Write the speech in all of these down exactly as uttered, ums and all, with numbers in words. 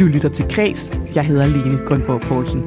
Du lytter til Kreds. Jeg hedder Lene Grønborg Poulsen.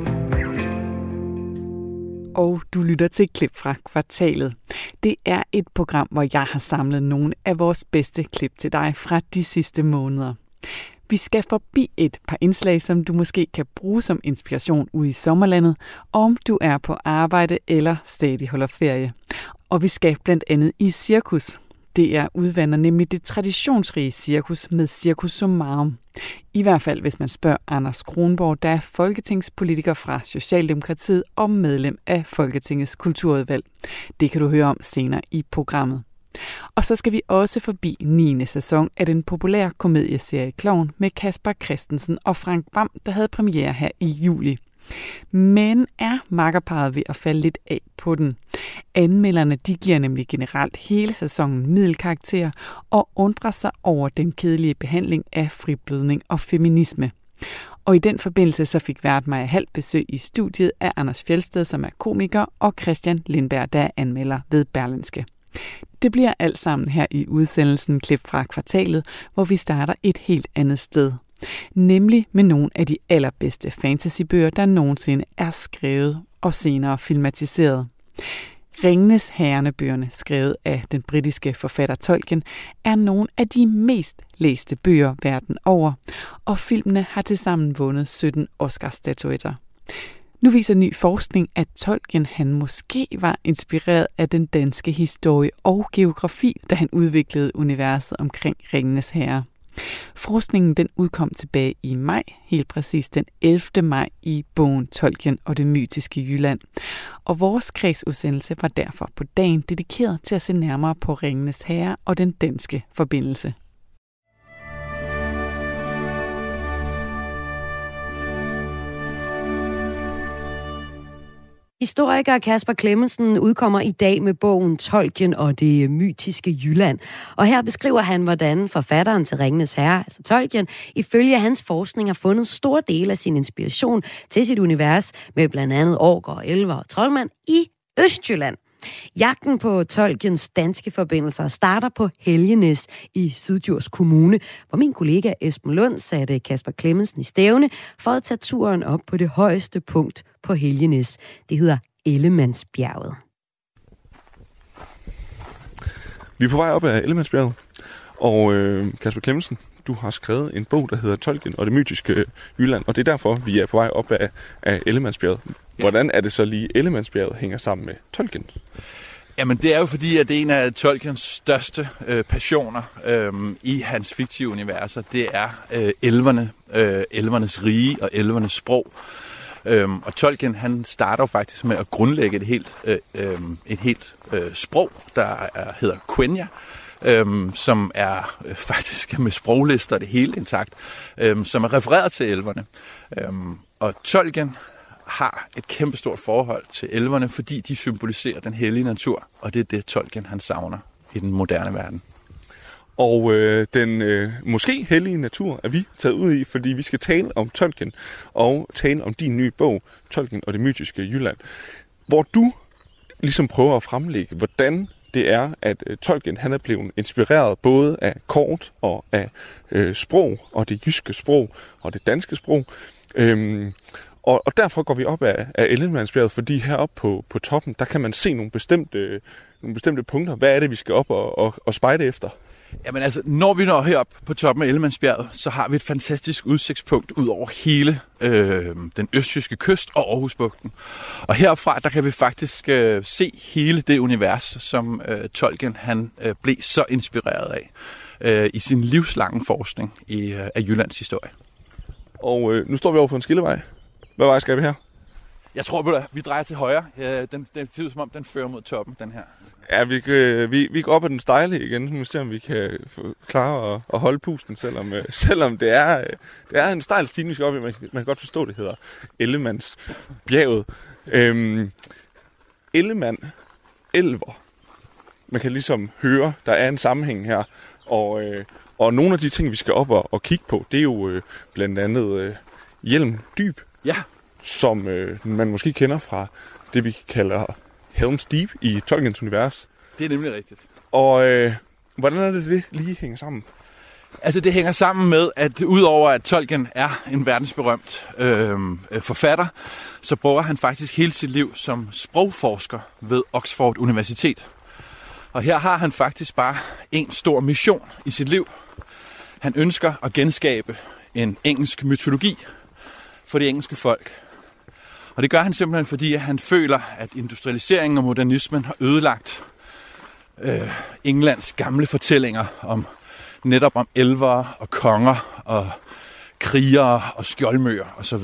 Og du lytter til et klip fra Kvartalet. Det er et program, hvor jeg har samlet nogle af vores bedste klip til dig fra de sidste måneder. Vi skal forbi et par indslag, som du måske kan bruge som inspiration ude i sommerlandet, om du er på arbejde eller stadig holder ferie. Og vi skal blandt andet i cirkus. Det er udvander nemlig det traditionsrige cirkus med Cirkus Summarum. I hvert fald, hvis man spørger Anders Kronborg, der er folketingspolitiker fra Socialdemokratiet og medlem af Folketingets kulturudvalg. Det kan du høre om senere i programmet. Og så skal vi også forbi niende sæson af den populære komedieserie Klovn med Kasper Christensen og Frank Hvam, der havde premiere her i juli. Men er makkerparret ved at falde lidt af på den? Anmelderne de giver nemlig generelt hele sæsonen middelkarakterer og undrer sig over den kedelige behandling af friblødning og feminisme. Og i den forbindelse så fik vært Maja Hall besøg i studiet af Anders Fjeldsted, som er komiker, og Christian Lindberg, der er anmelder ved Berlingske. Det bliver alt sammen her i udsendelsen Klip fra Kvartalet, hvor vi starter et helt andet sted. Nemlig med nogle af de allerbedste fantasybøger, der nogensinde er skrevet og senere filmatiseret. Ringenes Herre-bøgerne, skrevet af den britiske forfatter Tolkien, er nogle af de mest læste bøger verden over, og filmene har tilsammen vundet sytten Oscar-statuetter. Nu viser ny forskning, at Tolkien han måske var inspireret af den danske historie og geografi, da han udviklede universet omkring Ringenes Herre. Forskningen den udkom tilbage i maj, helt præcis den ellevte maj i bogen Tolkien og det mytiske Jylland. Og vores kredsudsendelse var derfor på dagen dedikeret til at se nærmere på Ringenes Herre og den danske forbindelse. Historiker Kasper Clemmensen udkommer i dag med bogen Tolkien og det mytiske Jylland. Og her beskriver han, hvordan forfatteren til Ringenes Herre, altså Tolkien, ifølge hans forskning har fundet store dele af sin inspiration til sit univers med blandt andet orker, elver og troldmand i Østjylland. Jagten på Tolkiens danske forbindelser starter på Helgenæs i Syddjurs Kommune, hvor min kollega Esben Lund satte Kasper Clemmensen i stævne for at tage turen op på det højeste punkt på Helgenæs. Det hedder Ellemandsbjerget. Vi er på vej op ad Ellemandsbjerget, og øh, Kasper Clemmensen, du har skrevet en bog, der hedder Tolkien og det mytiske Jylland, og det er derfor, vi er på vej op ad, af Ellemandsbjerget. Hvordan er det så lige, Ellemandsbjerget hænger sammen med Tolkien? Jamen, det er jo fordi, at det er en af Tolkiens største øh, passioner øh, i hans fiktive universer. Det er øh, elverne, øh, elvernes rige og elvernes sprog. Øhm, og Tolkien, han starter jo faktisk med at grundlægge et helt, øh, øh, et helt øh, sprog, der er, hedder Quenya, Øhm, som er øh, faktisk med sproglister det hele intakt, øhm, som er refereret til elverne. Øhm, og Tolkien har et kæmpestort forhold til elverne, fordi de symboliserer den hellige natur, og det er det, Tolkien han savner i den moderne verden. Og øh, den øh, måske hellige natur er vi taget ud i, fordi vi skal tale om Tolkien og tale om din nye bog, Tolkien og det mytiske Jylland, hvor du ligesom prøver at fremlægge, hvordan det er, at øh, Tolkien han er blevet inspireret både af kort og af øh, sprog, og det jyske sprog og det danske sprog. Øhm, og, og derfor går vi op af, af Ellemandsbjerget, fordi heroppe på, på toppen, der kan man se nogle bestemte, nogle bestemte punkter. Hvad er det, vi skal op og, og, og spejde efter? Jamen altså, når vi når herop på toppen af Ellemandsbjerget, så har vi et fantastisk udsigtspunkt ud over hele øh, den østjyske kyst og Aarhusbugten. Og herfra, der kan vi faktisk øh, se hele det univers, som øh, Tolkien han øh, blev så inspireret af øh, i sin livslange forskning i, øh, af Jyllands historie. Og øh, nu står vi over for en skillevej. Hvad vej skal vi her? Jeg tror, at vi drejer til højre. Den, den, det ser ud som om, den fører mod toppen, den her. Ja, vi, kan, vi, vi går op ad den stejle igen, så vi ser, om vi kan klare at, at holde pusten, selvom, øh, selvom det, er, øh, det er en stejl stigning, vi skal op i. Man, man kan godt forstå, det hedder Ellemandsbjerget. Øhm, Ellemand, elver. Man kan ligesom høre, der er en sammenhæng her. Og, øh, og nogle af de ting, vi skal op og, og kigge på, det er jo øh, blandt andet øh, Hjelm Dyb. Ja. Som øh, man måske kender fra det, vi kalder Helm's Deep i Tolkiens univers. Det er nemlig rigtigt. Og øh, hvordan er det, det lige hænger sammen? Altså, det hænger sammen med, at udover at Tolkien er en verdensberømt øh, forfatter, så bruger han faktisk hele sit liv som sprogforsker ved Oxford Universitet. Og her har han faktisk bare en stor mission i sit liv. Han ønsker at genskabe en engelsk mytologi for det engelske folk. Og det gør han simpelthen, fordi han føler, at industrialiseringen og modernismen har ødelagt øh, Englands gamle fortællinger om netop om elver og konger og krigere og skjoldmøer osv.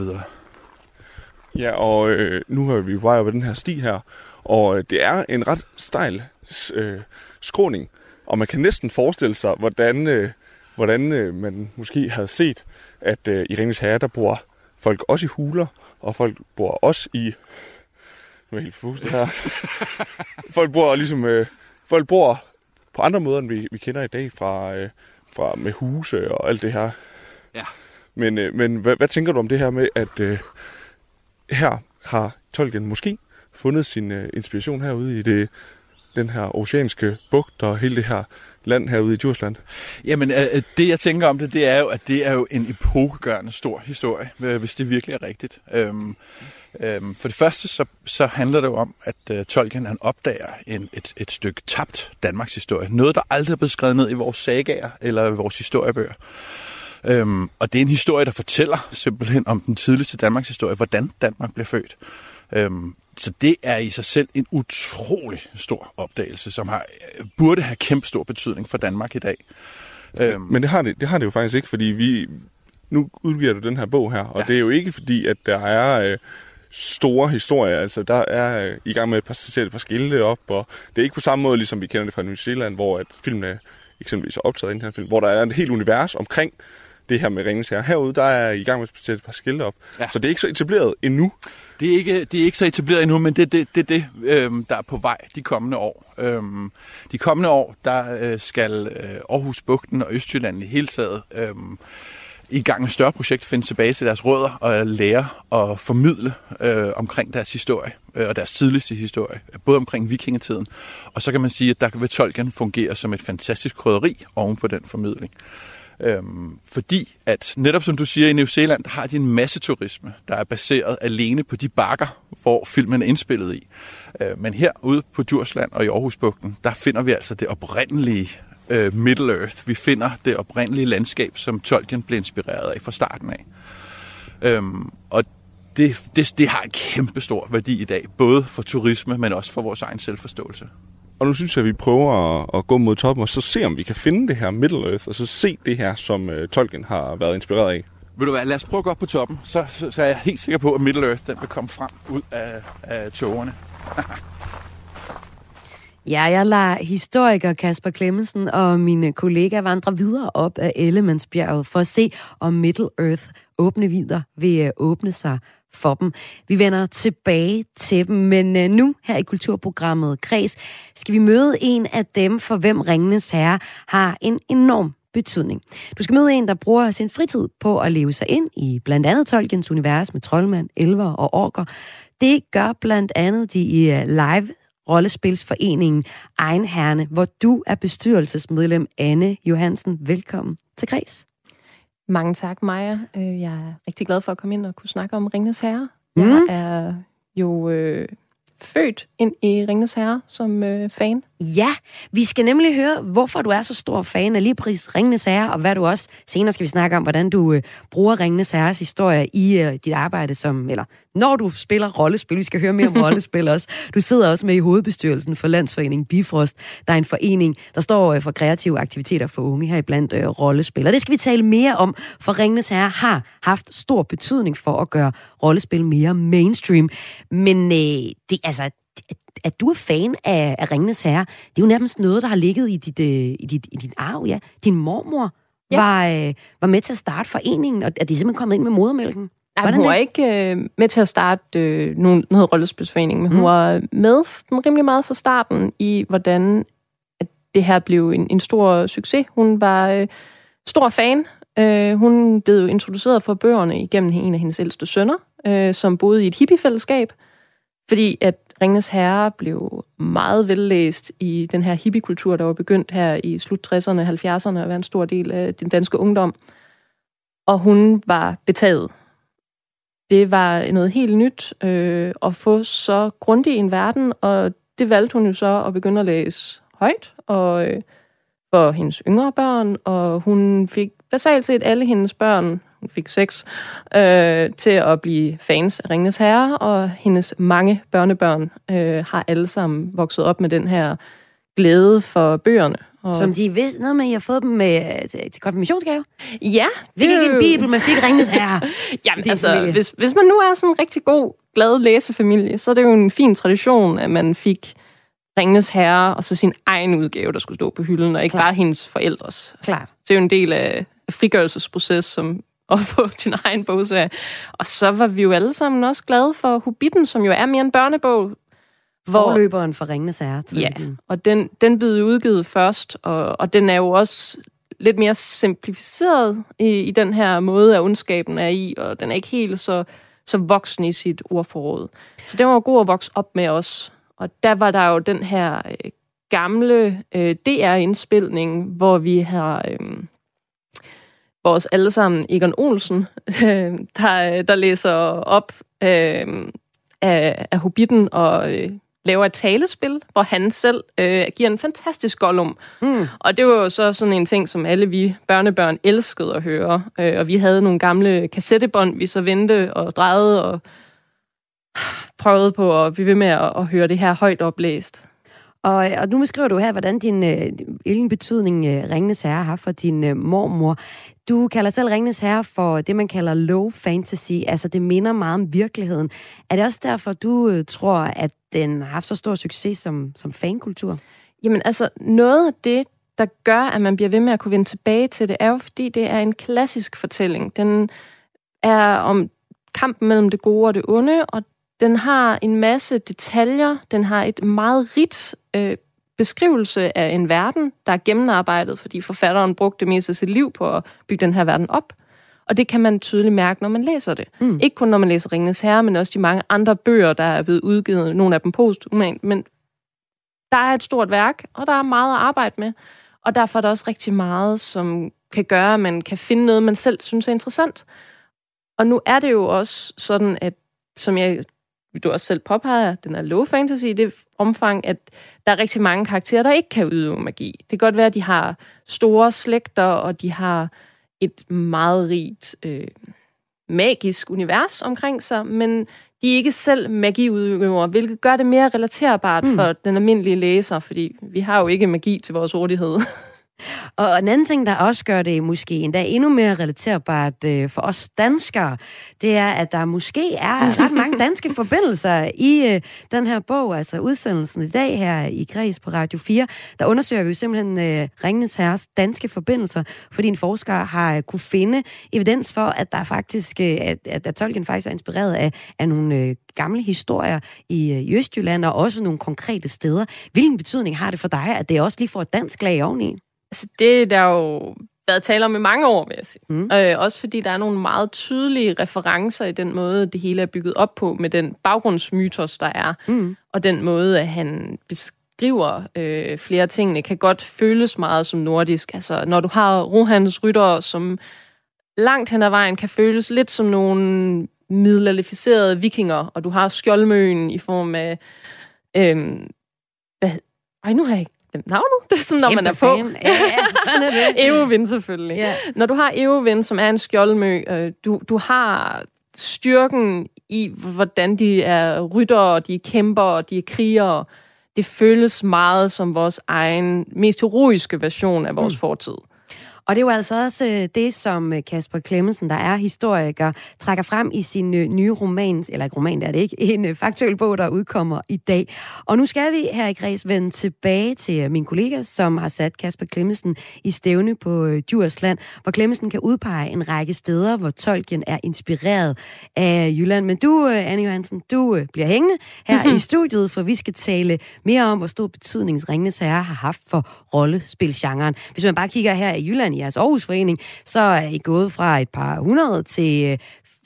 Ja, og øh, nu har vi vej over den her sti her, og øh, det er en ret stejl øh, skråning, og man kan næsten forestille sig, hvordan, øh, hvordan øh, man måske havde set, at øh, i Ringenes Herre, der bor folk også i huler, og folk bor også i... Nu er jeg helt forfustet her. folk bor ligesom... Øh, folk bor på andre måder, end vi, vi kender i dag, fra, øh, fra med huse og alt det her. Ja. Men, øh, men hvad, hvad tænker du om det her med, at øh, her har Tolkien måske fundet sin øh, inspiration herude i det, den her oceanske bugt og hele det her land herude i Djursland? Jamen, øh, det jeg tænker om det, det er jo, at det er jo en epokegørende stor historie, hvis det virkelig er rigtigt. Øhm, øhm, for det første, så, så handler det jo om, at øh, Tolkien han opdager en, et, et stykke tabt Danmarks historie. Noget, der aldrig er blevet skrevet ned i vores sagaer eller vores historiebøger. Øhm, og det er en historie, der fortæller simpelthen om den tidligste Danmarks historie, hvordan Danmark blev født. Øhm, så det er i sig selv en utrolig stor opdagelse, som har, burde have kæmpe stor betydning for Danmark i dag. Øhm, Men det har det, det har det jo faktisk ikke, fordi vi nu udgiver du den her bog her, og ja. Det er jo ikke fordi, at der er øh, store historier. Altså, der er øh, i gang med at sætte et par skilte op, og det er ikke på samme måde, ligesom vi kender det fra New Zealand, hvor at filmene eksempelvis er optaget i den her film, hvor der er et helt univers omkring det her med Ringenes Herre. Herude, der er i gang med at sætte et par skilte op. Ja. Så det er ikke så etableret endnu. Det er ikke, det er ikke så etableret endnu, men det er det, det, det øhm, der er på vej de kommende år. Øhm, de kommende år, der øh, skal øh, Aarhus Bugten og Østjylland i hele taget øhm, i gang med større projekt, finde tilbage til deres rødder og lære og formidle øh, omkring deres historie øh, og deres tidligste historie, både omkring vikingetiden. Og så kan man sige, at der kan Tolkien fungere som et fantastisk krydderi oven på den formidling. Øhm, fordi at netop som du siger, i New Zealand har de en masse turisme, der er baseret alene på de bakker, hvor filmen er indspillet i. Øh, men herude på Djursland og i Aarhusbugten, der finder vi altså det oprindelige øh, Middle Earth. Vi finder det oprindelige landskab, som Tolkien blev inspireret af fra starten af. Øhm, og det, det, det har en kæmpe stor værdi i dag, både for turisme, men også for vores egen selvforståelse. Og nu synes jeg, at vi prøver at, at gå mod toppen og så se, om vi kan finde det her Middle Earth, og så se det her, som uh, Tolkien har været inspireret af. Vil du hvad, lad os prøve at gå op på toppen, så, så, så er jeg helt sikker på, at Middle Earth den vil komme frem ud af, af tågerne. Ja, jeg lader historiker Kasper Clemmensen og mine kollegaer vandre videre op af Ellemandsbjerget for at se, om Middle Earth åbne vidder vil åbne sig for dem. Vi vender tilbage til dem, men nu her i kulturprogrammet Kreds skal vi møde en af dem, for hvem Ringenes Herre har en enorm betydning. Du skal møde en, der bruger sin fritid på at leve sig ind i blandt andet Tolkiens univers med troldmand, elver og orker. Det gør blandt andet de i live rollespilsforeningen Egenherne, hvor du er bestyrelsesmedlem. Anne Johansen, velkommen til Kreds. Mange tak, Maja. Jeg er rigtig glad for at komme ind og kunne snakke om Ringenes Herre. Mm. Jeg er jo øh, født ind i Ringenes Herre som øh, fan. Ja, vi skal nemlig høre, hvorfor du er så stor fan af lige præcis Ringenes Herre, og hvad du også, senere skal vi snakke om, hvordan du øh, bruger Ringenes Herres historie i øh, dit arbejde som, eller når du spiller rollespil. Vi skal høre mere om rollespil også. Du sidder også med i hovedbestyrelsen for Landsforeningen Bifrost. Der er en forening, der står øh, for kreative aktiviteter for unge her iblandt øh, rollespil. Og det skal vi tale mere om, for Ringenes Herre har haft stor betydning for at gøre rollespil mere mainstream. Men øh, det, altså, at du er fan af, af Ringenes Herre, det er jo nærmest noget, der har ligget i dit, øh, i dit, i din arv, ja. Din mormor ja. var, øh, var med til at starte foreningen, og er det simpelthen kommet ind med modermælken? Nej, hun var ikke øh, med til at starte øh, nogen, noget rollespilsforening, men mm. hun var med rimelig meget fra starten i, hvordan at det her blev en, en stor succes. Hun var øh, stor fan. Øh, hun blev introduceret for bøgerne igennem en af hendes ældste sønner, øh, som boede i et hippiefællesskab, fordi at Ringenes Herre blev meget vellæst i den her hippiekultur, der var begyndt her i slut tresserne og halvfjerdserne at være en stor del af den danske ungdom. Og hun var betaget. Det var noget helt nyt øh, at få så grundig en verden, og det valgte hun jo så at begynde at læse højt og, øh, for hendes yngre børn, og hun fik basalt set alle hendes børn, hun fik seks, øh, til at blive fans af Ringenes Herre, og hendes mange børnebørn øh, har alle sammen vokset op med den her glæde for bøgerne. Og som de vidste noget med, at I har fået dem med, til, til konfirmationsgave? Ja. Fik ikke en bibel, men fik Ringenes Herre. Jamen altså, hvis, hvis man nu er sådan en rigtig god, glad læsefamilie, så er det jo en fin tradition, at man fik Ringenes Herre, og så sin egen udgave, der skulle stå på hylden, og ikke Klar. bare hendes forældres. Klart. Det er jo en del af frigørelsesproces, som at få sin egen bogserie. Og så var vi jo alle sammen også glade for Hobbiten, som jo er mere en børnebog. Forløberen for Ringenes Herre. Ja, og den, den blev udgivet først, og, og den er jo også lidt mere simplificeret i, i den her måde, at ondskaben er i, og den er ikke helt så, så voksen i sit ordforråd. Så det var god at vokse op med os. Og der var der jo den her øh, gamle øh, D R-indspilning, hvor vi har øh, vores allesammen Egon Olsen, øh, der, der læser op øh, af, af Hobbiten og øh, laver et talespil, hvor han selv øh, giver en fantastisk Gollum. Mm. Og det var jo så sådan en ting, som alle vi børnebørn elskede at høre. Øh, og vi havde nogle gamle kassettebånd, vi så vendte og drejede og prøvede på at blive ved med at, at høre det her højt oplæst. Og, og nu beskriver du her, hvordan din, øh, hvilken betydning øh, Ringenes Herre har for din øh, mormor. Du kalder selv Ringenes Herre for det, man kalder low fantasy, altså det minder meget om virkeligheden. Er det også derfor, du øh, tror, at den har haft så stor succes som, som fankultur? Jamen altså, noget af det, der gør, at man bliver ved med at kunne vende tilbage til det, er jo fordi, det er en klassisk fortælling. Den er om kampen mellem det gode og det onde, og den har en masse detaljer. Den har et meget rigt øh, beskrivelse af en verden, der er gennemarbejdet, fordi forfatteren brugte det meste af sit liv på at bygge den her verden op. Og det kan man tydeligt mærke, når man læser det. Mm. Ikke kun når man læser Ringenes Herre, men også de mange andre bøger, der er blevet udgivet. Nogle af dem posthumant. Men der er et stort værk, og der er meget at arbejde med. Og derfor er der også rigtig meget, som kan gøre, at man kan finde noget, man selv synes er interessant. Og nu er det jo også sådan, at som jeg du også selv påpeger, den er low fantasy i det omfang, at der er rigtig mange karakterer, der ikke kan udøve magi. Det kan godt være, at de har store slægter, og de har et meget rigt øh, magisk univers omkring sig, men de er ikke selv magiudøvere, hvilket gør det mere relaterbart mm. for den almindelige læser, fordi vi har jo ikke magi til vores rådighed. Og en anden ting, der også gør det måske endda endnu mere relaterbart øh, for os danskere, det er, at der måske er ret mange danske forbindelser i øh, den her bog, altså udsendelsen i dag her i Græs på Radio fire. Der undersøger vi jo simpelthen øh, Ringenes Herres danske forbindelser, fordi en forsker har øh, kunne finde evidens for, at der faktisk, øh, at, at, at Tolkien faktisk er inspireret af, af nogle øh, gamle historier i, øh, i Østjylland, og også nogle konkrete steder. Hvilken betydning har det for dig, at det også lige får et dansk lag oveni? Altså, det der er jo været tale om i mange år, vil jeg sige. Mm. Øh, også fordi der er nogle meget tydelige referencer i den måde, det hele er bygget op på, med den baggrundsmytos, der er. Mm. Og den måde, at han beskriver øh, flere tingene, kan godt føles meget som nordisk. Altså, når du har Rohans ryttere, som langt hen ad vejen kan føles lidt som nogle middelalderficerede vikinger, og du har skjoldmøen i form af... Øh, hvad, ej, nu har jeg ikke navnet. Det er sådan, når Kæmpe man er på. Ja, ja, sådan er det. Eowyn selvfølgelig. Yeah. Når du har Eowyn, som er en skjoldmø, øh, du, du har styrken i, hvordan de er ryttere, de er kæmper, de er krigere. Det føles meget som vores egen, mest heroiske version af vores mm. fortid. Og det er jo altså også det, som Kasper Clemmensen, der er historiker, trækker frem i sin nye roman, eller ikke roman, det er det ikke, en faktuel bog, der udkommer i dag. Og nu skal vi her i Græs vende tilbage til min kollega, som har sat Kasper Clemmensen i stævne på Djursland, hvor Clemmensen kan udpege en række steder, hvor Tolkien er inspireret af Jylland. Men du, Anne Johansen, du bliver hængende her mm-hmm. i studiet, for vi skal tale mere om, hvor stor betydning Ringenes Herre har haft for rollespilgenren. Hvis man bare kigger her i Jylland, i jeres Aarhusforening, så er I gået fra et par hundrede til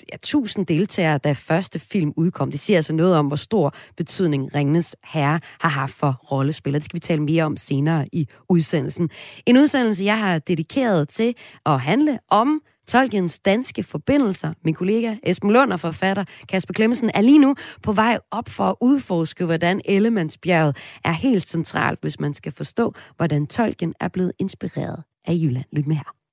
ja, tusind deltagere, da første film udkom. Det siger altså noget om, hvor stor betydning Ringenes Herre har haft for rollespillere. Det skal vi tale mere om senere i udsendelsen. En udsendelse, jeg har dedikeret til at handle om Tolkiens danske forbindelser. Min kollega Esben Lund og forfatter Kasper Clemmensen er lige nu på vej op for at udforske, hvordan Ellemandsbjerget er helt centralt, hvis man skal forstå, hvordan Tolkien er blevet inspireret af Jylland. Lyt med her.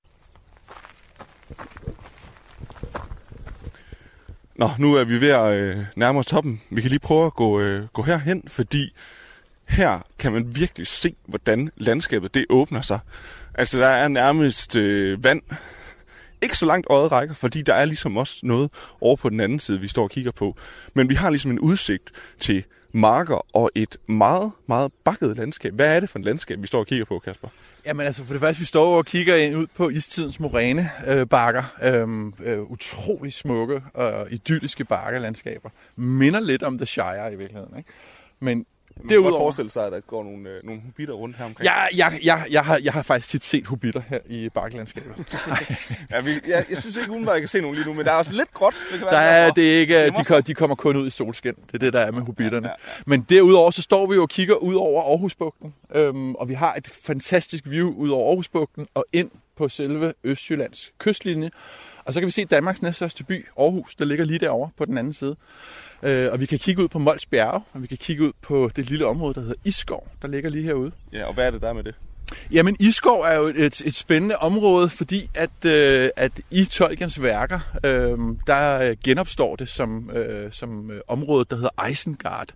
Nå, nu er vi ved at øh, nærme os toppen. Vi kan lige prøve at gå, øh, gå herhen, fordi her kan man virkelig se, hvordan landskabet det åbner sig. Altså, der er nærmest øh, vand. Ikke så langt øjet rækker, fordi der er ligesom også noget over på den anden side, vi står og kigger på. Men vi har ligesom en udsigt til marker og et meget, meget bakket landskab. Hvad er det for et landskab, vi står og kigger på, Kasper? Jamen altså, for det første, vi står og kigger ind ud på istidens morænebakker. Øh, øh, utrolig smukke og idylliske bakkelandskaber. Minder lidt om The Shire i virkeligheden, ikke? Men man kan godt forestille sig, at der går nogle, øh, nogle hobitter rundt her omkring. Ja, jeg, jeg, jeg, har, jeg har faktisk tit set hobitter her i bakkelandskabet. ja, vi, jeg, jeg synes ikke umiddelbart, jeg kan se nogen lige nu, men der er også lidt gråt. Det kan der være, er, det er ikke, de, kommer, de kommer kun ud i solskin. Det er det, der er med hobitterne. Ja, ja, ja. Men derudover, så står vi jo og kigger ud over Aarhusbugten. Øhm, og vi har et fantastisk view ud over Aarhusbugten og ind på selve Østjyllands kystlinje. Og så kan vi se Danmarks næststørste by, Aarhus, der ligger lige derovre på den anden side. Øh, og vi kan kigge ud på Mols Bjerge, og vi kan kigge ud på det lille område, der hedder Isskov, der ligger lige herude. Ja, og hvad er det der med det? Jamen, Isskov er jo et, et spændende område, fordi at, øh, at i Tolkiens værker, øh, der genopstår det som, øh, som øh, området, der hedder Isengard.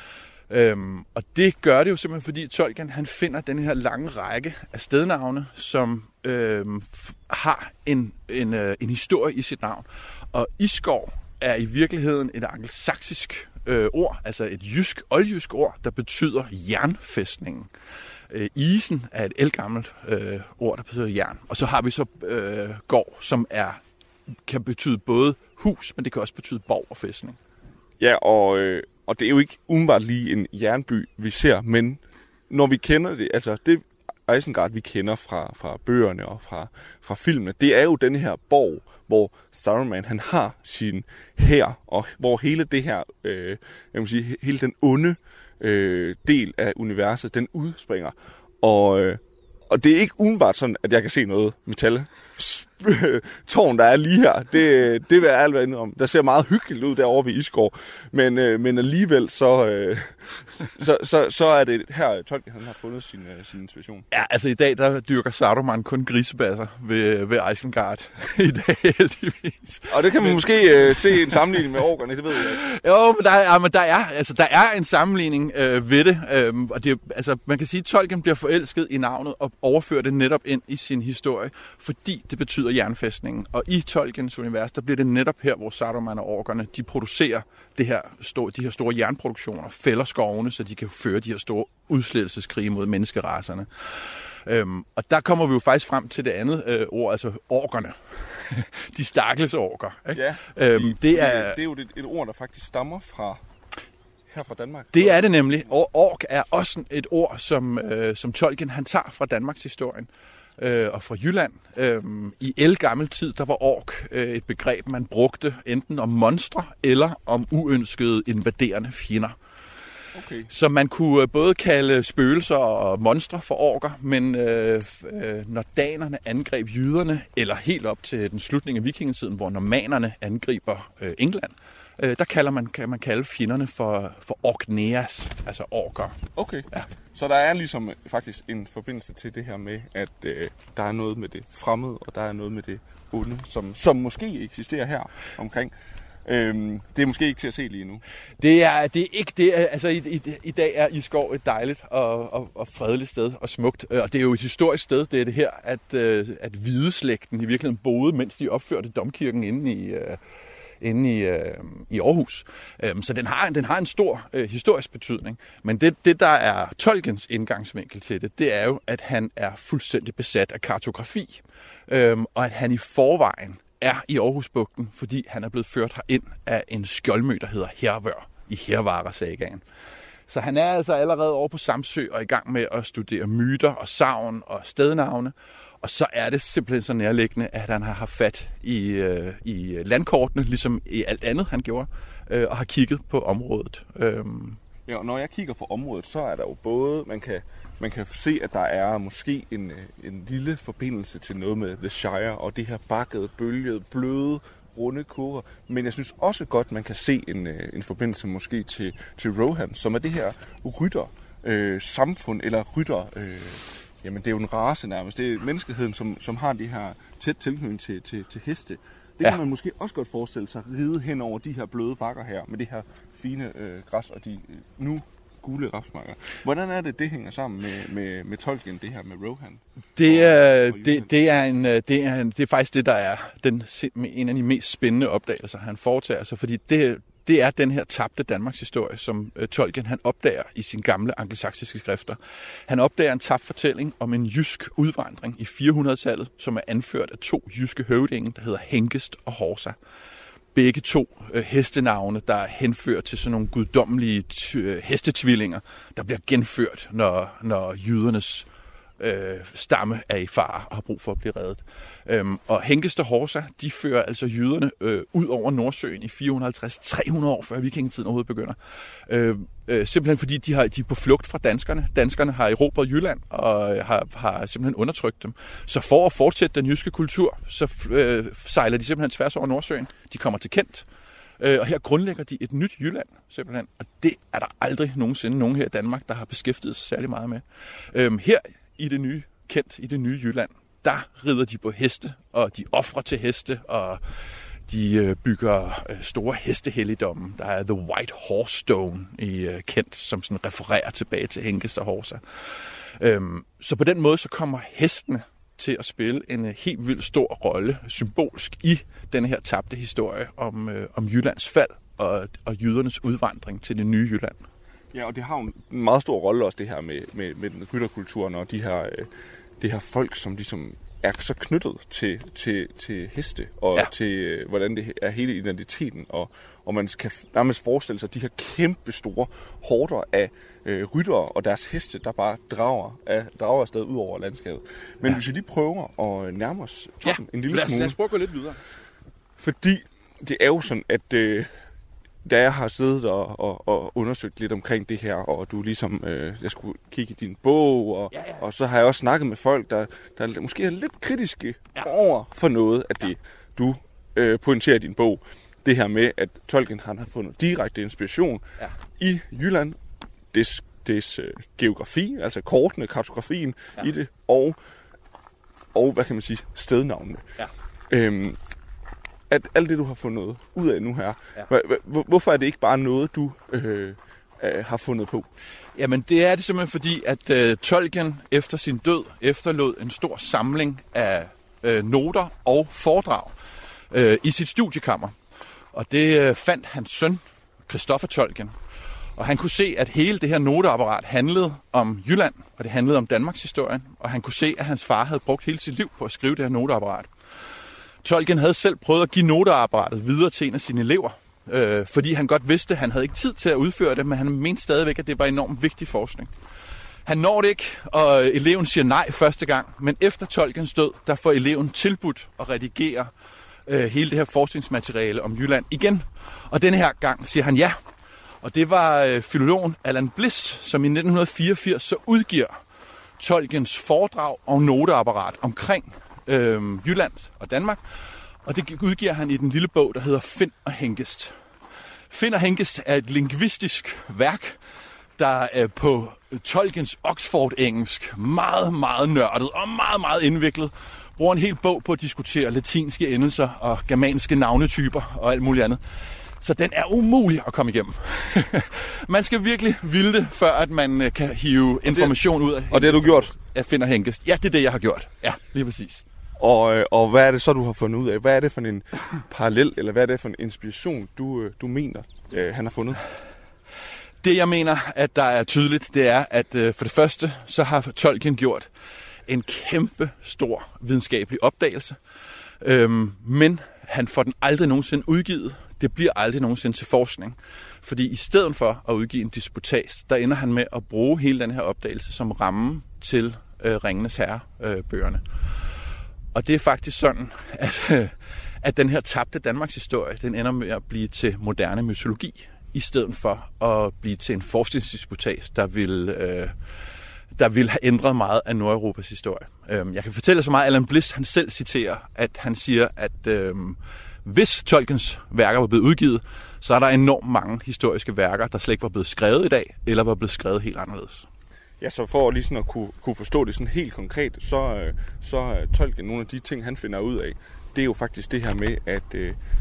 Øhm, og det gør det jo simpelthen, fordi Tolkien han finder den her lange række af stednavne, som øhm, f- har en, en, øh, en historie i sit navn. Og Isskov er i virkeligheden et angelsaksisk øh, ord, altså et jysk, oldjysk ord, der betyder jernfæstningen. Øh, isen er et ældgammelt øh, ord, der betyder jern. Og så har vi så øh, gård, som er, kan betyde både hus, men det kan også betyde borg og fæstning. Ja, og... Øh Og det er jo ikke umiddelbart lige en jernby, vi ser, men når vi kender det, altså det Isengard, vi kender fra, fra bøgerne og fra, fra filmene, det er jo den her borg, hvor Saruman han har sin hær, og hvor hele det her, øh, jeg må sige, hele den onde øh, del af universet, den udspringer. Og, øh, og det er ikke umiddelbart sådan, at jeg kan se noget metal tårn, der er lige her, det, det vil jeg alt være inde om. Der ser meget hyggeligt ud derovre ved Isskov, men, øh, men alligevel så, øh, så, så, så er det her, Tolkien han har fundet sin, øh, sin inspiration. Ja, altså i dag, der dyrker Saruman kun grisebasser ved, ved Isengard. I dag, heldigvis. Og det kan man men... måske øh, se en sammenligning med orkerne, det ved jeg ikke. Jo, men der er, ja, men der er, altså, der er en sammenligning øh, ved det. Øh, og det, altså, man kan sige, at Tolkien bliver forelsket i navnet og overfører det netop ind i sin historie, fordi det betyder jernfæstningen. Og i Tolkiens univers, der bliver det netop her, hvor Saruman og orkerne, de producerer det her, de her store jernproduktioner, fælder skovene, så de kan føre de her store udslettelseskrige mod menneskeracerne. Øhm, og der kommer vi jo faktisk frem til det andet øh, ord, altså orkerne. De stakkels orker. Ikke? Ja, øhm, det, er, det er jo et, et ord, der faktisk stammer fra her fra Danmark. Det er det nemlig. Og ork er også et ord, som, øh, som Tolkien han tager fra Danmarks historien. Øh, og fra Jylland. Øh, I ældgammel tid, der var ork øh, et begreb, man brugte enten om monstre eller om uønskede invaderende fjender. Okay. Så man kunne både kalde spøgelser og monstre for orker, men øh, øh, når danerne angreb jyderne, eller helt op til den slutning af vikingetiden, hvor normanerne angriber øh, England, øh, der kalder man, kan man kalde fjenderne for, for orkneas, altså orker. Okay, ja. Så der er ligesom faktisk en forbindelse til det her med, at øh, der er noget med det fremmede, og der er noget med det onde, som, som måske eksisterer her omkring. Øhm, det er måske ikke til at se lige nu. Det er, det er ikke det. Altså, i, i, i dag er Isskov et dejligt og, og, og fredeligt sted og smukt. Og det er jo et historisk sted. Det er det her, at, at hvideslægten i virkeligheden boede, mens de opførte domkirken inde i, uh, inde i, uh, i Aarhus. Um, så den har, den har en stor uh, historisk betydning. Men det, det, der er Tolkiens indgangsvinkel til det, det er jo, at han er fuldstændig besat af kartografi. Um, og at han i forvejen er i Aarhusbugten, fordi han er blevet ført herind af en skjoldmø, der hedder Hervør i Hervara-sagaen. Så han er altså allerede over på Samsø og i gang med at studere myter og sagn og stednavne. Og så er det simpelthen så nærliggende, at han har haft fat i, øh, i landkortene, ligesom i alt andet, han gjorde, øh, og har kigget på området. Øhm. Ja, og når jeg kigger på området, så er der jo både, man kan, man kan se, at der er måske en, en lille forbindelse til noget med The Shire, og det her bakkede, bølgede, bløde, runde kurver. Men jeg synes også godt, man kan se en, en forbindelse måske til, til Rohan, som er det her rytter øh, samfund, eller rytter... Øh, Jamen, det er jo en race nærmest. Det er menneskeheden, som, som har de her tæt tilknytning til, til, til heste. Det kan ja. man måske også godt forestille sig, ride hen over de her bløde bakker her, med det her fine øh, græs og de øh, nu gule rapsmarker. Hvordan er det, det hænger sammen med, med, med Tolkien, det her med Rohan? Det er, og, og det, det, er en, det, er en, det er faktisk det, der er den, en af de mest spændende opdagelser, han foretager sig, fordi det Det er den her tabte Danmarks historie, som uh, Tolkien han opdager i sine gamle angelsaksiske skrifter. Han opdager en tabt fortælling om en jysk udvandring i fire hundrede-tallet, som er anført af to jyske høvdinge, der hedder Hengest og Horsa. Begge to uh, hestenavne, der er henført til sådan nogle guddommelige t- uh, hestetvillinger, der bliver genført, når, når jydernes øh, stamme er i fare og har brug for at blive reddet. Øhm, og Hengest og Horsa, de fører altså jyderne øh, ud over Nordsøen i fire hundrede og halvtreds, tre hundrede år før vikingetiden overhovedet begynder. Øh, øh, simpelthen fordi de, har, de er på flugt fra danskerne. Danskerne har erobret Jylland og har, har simpelthen undertrykt dem. Så for at fortsætte den jyske kultur, så øh, sejler de simpelthen tværs over Nordsøen. De kommer til Kent. Og her grundlægger de et nyt Jylland, simpelthen. Og det er der aldrig nogensinde nogen her i Danmark, der har beskæftiget sig særlig meget med. Øhm, her i det nye Kent, i det nye Jylland, der rider de på heste, og de ofrer til heste, og de øh, bygger øh, store hestehelligdomme. Der er The White Horse Stone i øh, Kent, som sådan refererer tilbage til Hengest og Horsa. Øhm, så på den måde så kommer hestene til at spille en øh, helt vildt stor rolle, symbolsk, i den her tabte historie om, øh, om Jyllands fald og, og jydernes udvandring til det nye Jylland. Ja, og det har jo en meget stor rolle også, det her med, med, med den rytterkulturen og de her, øh, det her folk, som ligesom er så knyttet til, til, til heste og ja. til, øh, hvordan det er hele identiteten. Og, og man kan nærmest forestille sig de her kæmpe store horder af øh, ryttere og deres heste, der bare drager, af, drager afsted ud over landskabet. Men ja. hvis vi lige prøver at nærme os toppen ja. en lille lad os, smule. Lad os prøve at gå lidt videre. Fordi det er jo sådan, at... Øh, da jeg har siddet og, og, og undersøgt lidt omkring det her, og du ligesom, øh, jeg skulle kigge i din bog, og, ja, ja. og så har jeg også snakket med folk, der, der måske er lidt kritiske ja. over for noget af det, ja. du øh, pointerer i din bog. Det her med, at Tolkien han har fundet direkte inspiration ja. i Jylland, des, des øh, geografi, altså kortene, kartografien ja. i det, og, og hvad kan man sige, stednavnene. Ja. Øhm, at alt det, du har fundet ud af nu her, ja. hvorfor er det ikke bare noget, du øh, øh, har fundet på? Jamen, det er det simpelthen fordi, at øh, Tolkien efter sin død efterlod en stor samling af øh, noter og foredrag øh, i sit studiekammer. Og det øh, fandt hans søn, Christopher Tolkien. Og han kunne se, at hele det her noteapparat handlede om Jylland, og det handlede om Danmarks historie. Og han kunne se, at hans far havde brugt hele sit liv på at skrive det her noteapparat. Tolkien havde selv prøvet at give noteapparatet videre til en af sine elever, øh, fordi han godt vidste, at han havde ikke tid til at udføre det, men han mente stadigvæk, at det var enormt vigtig forskning. Han når det ikke, og eleven siger nej første gang, men efter Tolkiens død, der får eleven tilbudt at redigere øh, hele det her forskningsmateriale om Jylland igen. Og denne her gang siger han ja, og det var øh, filologen Allan Bliss, som i nitten fireogfirs så udgiver Tolkiens foredrag og noteapparat omkring Øh, Jylland og Danmark, og det udgiver han i den lille bog, der hedder Finn og Hengest. Finn og Hengest er et lingvistisk værk, der er på Tolkiens Oxford-engelsk meget, meget nørdet og meget, meget indviklet. Bruger en hel bog på at diskutere latinske endelser og germanske navnetyper og alt muligt andet. Så den er umulig at komme igennem. Man skal virkelig ville det, før at man kan hive information ud af Hengest. Og det har du gjort? Jeg finder Hengest. Ja, det er det, jeg har gjort. Ja, lige præcis. Og, og hvad er det så, du har fundet ud af? Hvad er det for en parallel, eller hvad er det for en inspiration, du, du mener, øh, han har fundet? Det, jeg mener, at der er tydeligt, det er, at øh, for det første, så har Tolkien gjort en kæmpe stor videnskabelig opdagelse. Øhm, men han får den aldrig nogensinde udgivet. Det bliver aldrig nogensinde til forskning. Fordi i stedet for at udgive en disputats, der ender han med at bruge hele den her opdagelse som ramme til øh, Ringenes Herre-bøgerne. Og det er faktisk sådan, at, øh, at den her tabte Danmarks historie, den ender med at blive til moderne mytologi, i stedet for at blive til en forskningsdisputats, der vil... Øh, der ville have ændret meget af Nordeuropas historie. Jeg kan fortælle så meget, Alan Bliss han selv citerer, at han siger, at øh, hvis Tolkiens værker var blevet udgivet, så er der enormt mange historiske værker, der slet ikke var blevet skrevet i dag, eller var blevet skrevet helt anderledes. Ja, så for lige sådan at kunne, kunne forstå det sådan helt konkret, så, så Tolkien, nogle af de ting, han finder ud af, det er jo faktisk det her med, at,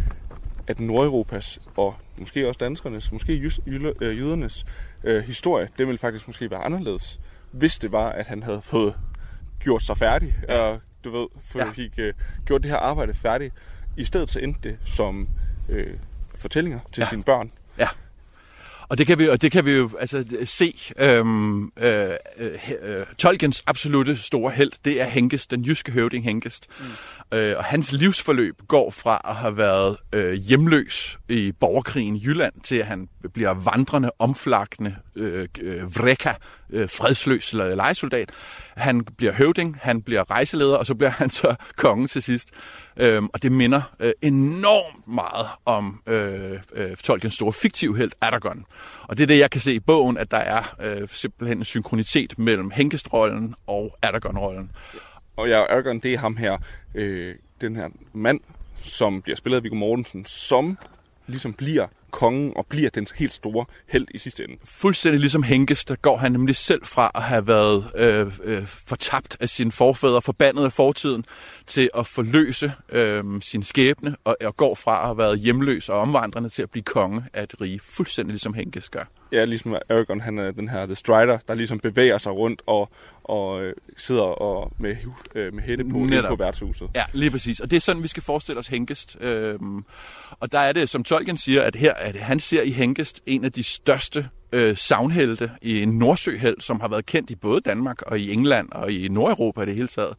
at Nordeuropas, og måske også danskernes, måske jødernes øh, historie, det ville faktisk måske være anderledes, hvis det var, at han havde fået gjort sig færdig, ja. og du ved, fik ja. uh, gjort det her arbejde færdigt. I stedet så endte det som uh, fortællinger til ja. sine børn. Ja. Og det kan vi, og det kan vi jo altså se. Øhm, øh, øh, Tolkiens absolutte store helt, det er Hengest, den jyske høvding Hengest. Mm. Øh, og hans livsforløb går fra at have været øh, hjemløs i borgerkrigen i Jylland, til at han bliver vandrende, omflakkende, øh, øh, vreka, øh, fredsløs lejesoldat. Han bliver høvding, han bliver rejseleder, og så bliver han så konge til sidst. Øhm, og det minder øh, enormt meget om øh, øh, Tolkiens store fiktive helt, Aragorn. Og det er det, jeg kan se i bogen, at der er øh, simpelthen en synkronitet mellem Hengest-rollen og Aragorn-rollen. Og ja, Aragorn, det er ham her, øh, den her mand, som bliver spillet af Viggo Mortensen, som ligesom bliver kongen og bliver den helt store helt i sidste ende. Fuldstændig ligesom Hengest, der går han nemlig selv fra at have været øh, øh, fortabt af sine forfædre, forbandet af fortiden, til at forløse øh, sin skæbne, og, og går fra at have været hjemløs og omvandrende til at blive konge af et rige, fuldstændig ligesom Hengest gør. Ja, ligesom Aragorn, han er den her The Strider, der ligesom bevæger sig rundt og, og øh, sidder og med, øh, med hætte på, på værtshuset. Ja, lige præcis. Og det er sådan, vi skal forestille os Hengest. Øhm, og der er det, som Tolkien siger, at her at han ser i Hengest en af de største øh, savnhelte i en nordsøhelt, som har været kendt i både Danmark og i England og i Nordeuropa i det hele taget.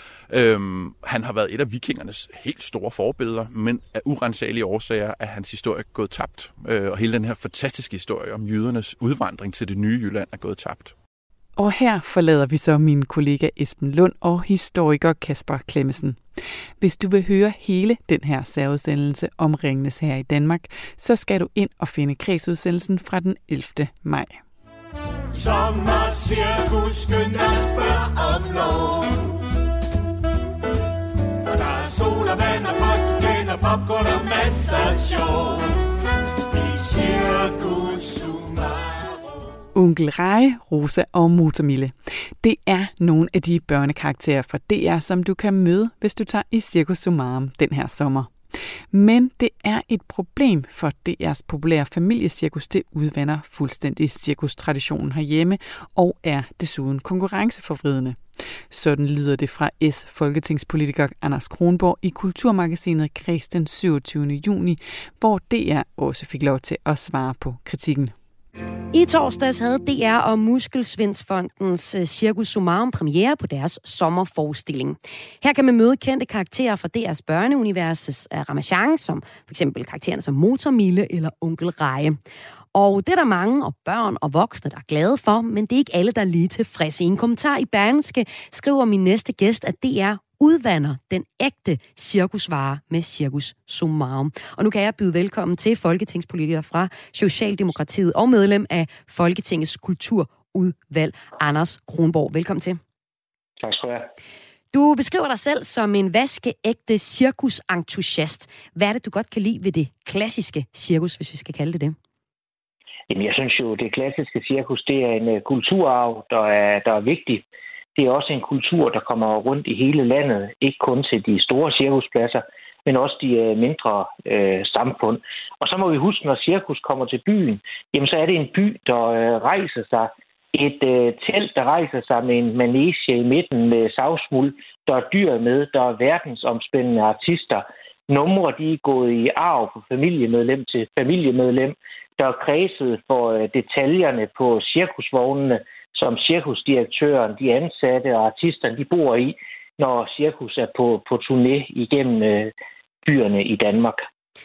Øhm, han har været et af vikingernes helt store forbilleder, men af urensagelige årsager er hans historie gået tabt. Øh, og hele den her fantastiske historie om jødernes udvandring til det nye Jylland er gået tabt. Og her forlader vi så min kollega Esben Lund og historiker Kasper Clemmensen. Hvis du vil høre hele den her særudsendelse om Ringenes Herre i Danmark, så skal du ind og finde kredsudsendelsen fra den ellevte maj. Sommer cirkus skynder spørg om lov. Der er sol og vand og folk du kender, popcorn og masser af sjov. I cirkus Sumaro. Onkel Reje, Rosa og Motormille. Det er nogle af de børnekarakterer fra D R, som du kan møde, hvis du tager i Cirkus Sumarum den her sommer. Men det er et problem for D R's populære familiecirkus. Det udvander fuldstændig cirkustraditionen herhjemme og er desuden konkurrenceforvridende. Sådan lyder det fra S-folketingspolitiker Anders Kronborg i Kulturmagasinet Kreds den syvogtyvende juni, hvor D R også fik lov til at svare på kritikken. I torsdags havde D R og Muskelsvindsfondens Cirkus Sumarum premiere på deres sommerforestilling. Her kan man møde kendte karakterer fra D R's børneuniversets Ramachan, som f.eks. karaktererne som Motormille eller Onkel Reje. Og det er der mange, og børn og voksne, der er glade for, men det er ikke alle, der er lige tilfredse. I en kommentar i Berlingske skriver min næste gæst, at D R udvander den ægte cirkusvare med Cirkus Sumarum. Og nu kan jeg byde velkommen til folketingspolitiker fra Socialdemokratiet og medlem af Folketingets kulturudvalg, Anders Kronborg. Velkommen til. Tak skal du have. Du beskriver dig selv som en vaskeægte cirkusentusiast. Hvad er det, du godt kan lide ved det klassiske cirkus, hvis vi skal kalde det det? Jamen, jeg synes jo, det klassiske cirkus, det er en kulturarv, der er, der er vigtig. Det er også en kultur, der kommer rundt i hele landet, ikke kun til de store cirkuspladser, men også de mindre øh, samfund. Og så må vi huske, når cirkus kommer til byen, jamen så er det en by, der øh, rejser sig. Et øh, telt, der rejser sig med en manege i midten med savsmuld, der er dyr med, der er verdensomspændende artister. Numre, de er gået i arv fra familiemedlem til familiemedlem, der er kredset for øh, detaljerne på cirkusvognene, som cirkusdirektøren, de ansatte og artisterne, de bor i, når cirkus er på, på turné igennem øh, byerne i Danmark.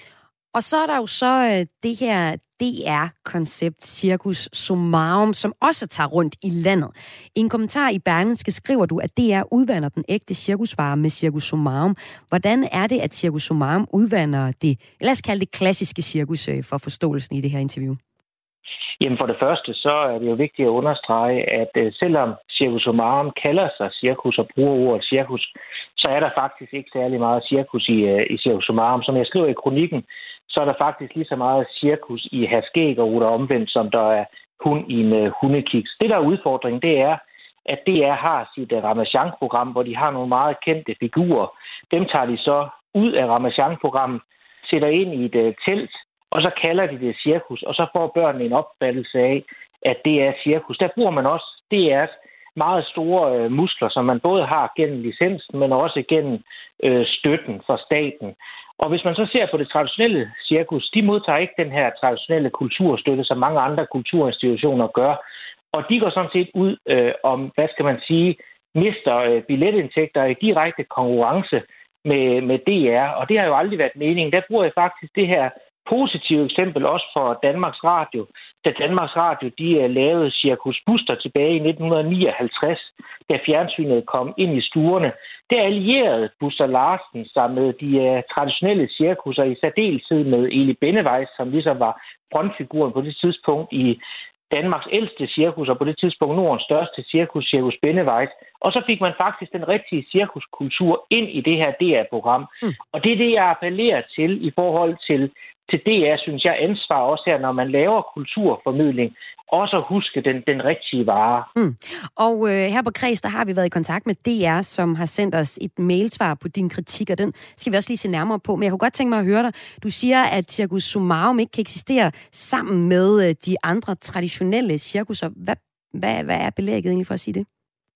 Og så er der jo så øh, det her D R-koncept Cirkus Summarum, som også tager rundt i landet. I en kommentar i Berlingske skriver du, at D R udvander den ægte cirkusvare med Cirkus Summarum. Hvordan er det, at Cirkus Summarum udvander det, lad os kalde det klassiske cirkus, øh, for forståelsen i det her interview? Jamen for det første, så er det jo vigtigt at understrege, at øh, selvom Cirkus Summarum kalder sig cirkus og bruger ordet cirkus, så er der faktisk ikke særlig meget cirkus i, øh, i Cirkus Summarum. Som jeg skriver i kronikken, så er der faktisk lige så meget cirkus i Herskæg og Ruder omvendt, som der er hund i en uh, hundekiks. Det, der er udfordringen, det er, at D R har sit uh, Ramachan-program, hvor de har nogle meget kendte figurer. Dem tager de så ud af Ramachan-programmet, sætter ind i et uh, telt, og så kalder de det cirkus, og så får børnene en opfattelse af, at det er cirkus. Der bruger man også D R's meget store uh, muskler, som man både har gennem licensen, men også gennem uh, støtten fra staten. Og hvis man så ser på det traditionelle cirkus, de modtager ikke den her traditionelle kulturstøtte, som mange andre kulturinstitutioner gør. Og de går sådan set ud øh, om, hvad skal man sige, mister øh, billetindtægter i direkte konkurrence med, med D R. Og det har jo aldrig været meningen. Der bruger jeg faktisk det her positive eksempel også for Danmarks Radio. Da Danmarks Radio de uh, lavede Cirkus Buster tilbage i nitten nioghalvtreds, da fjernsynet kom ind i stuerne, der allierede Buster Larsen sig med de uh, traditionelle cirkusser, i særdeleshed med Eli Benneweis, som ligesom var frontfiguren på det tidspunkt i Danmarks ældste cirkus, og på det tidspunkt Nordens største cirkus, Cirkus Benneweis. Og så fik man faktisk den rigtige cirkuskultur ind i det her D R-program. Mm. Og det er det, jeg appellerer til i forhold til til D R, synes jeg, ansvar også her, når man laver kulturformidling, også at huske den, den rigtige vare. Mm. Og øh, her på Kreds, der har vi været i kontakt med D R, som har sendt os et mailsvar på din kritik, og den skal vi også lige se nærmere på. Men jeg kunne godt tænke mig at høre dig. Du siger, at Cirkus Summarum ikke kan eksistere sammen med øh, de andre traditionelle cirkusser. Hvad, hvad, hvad er belægget egentlig for at sige det?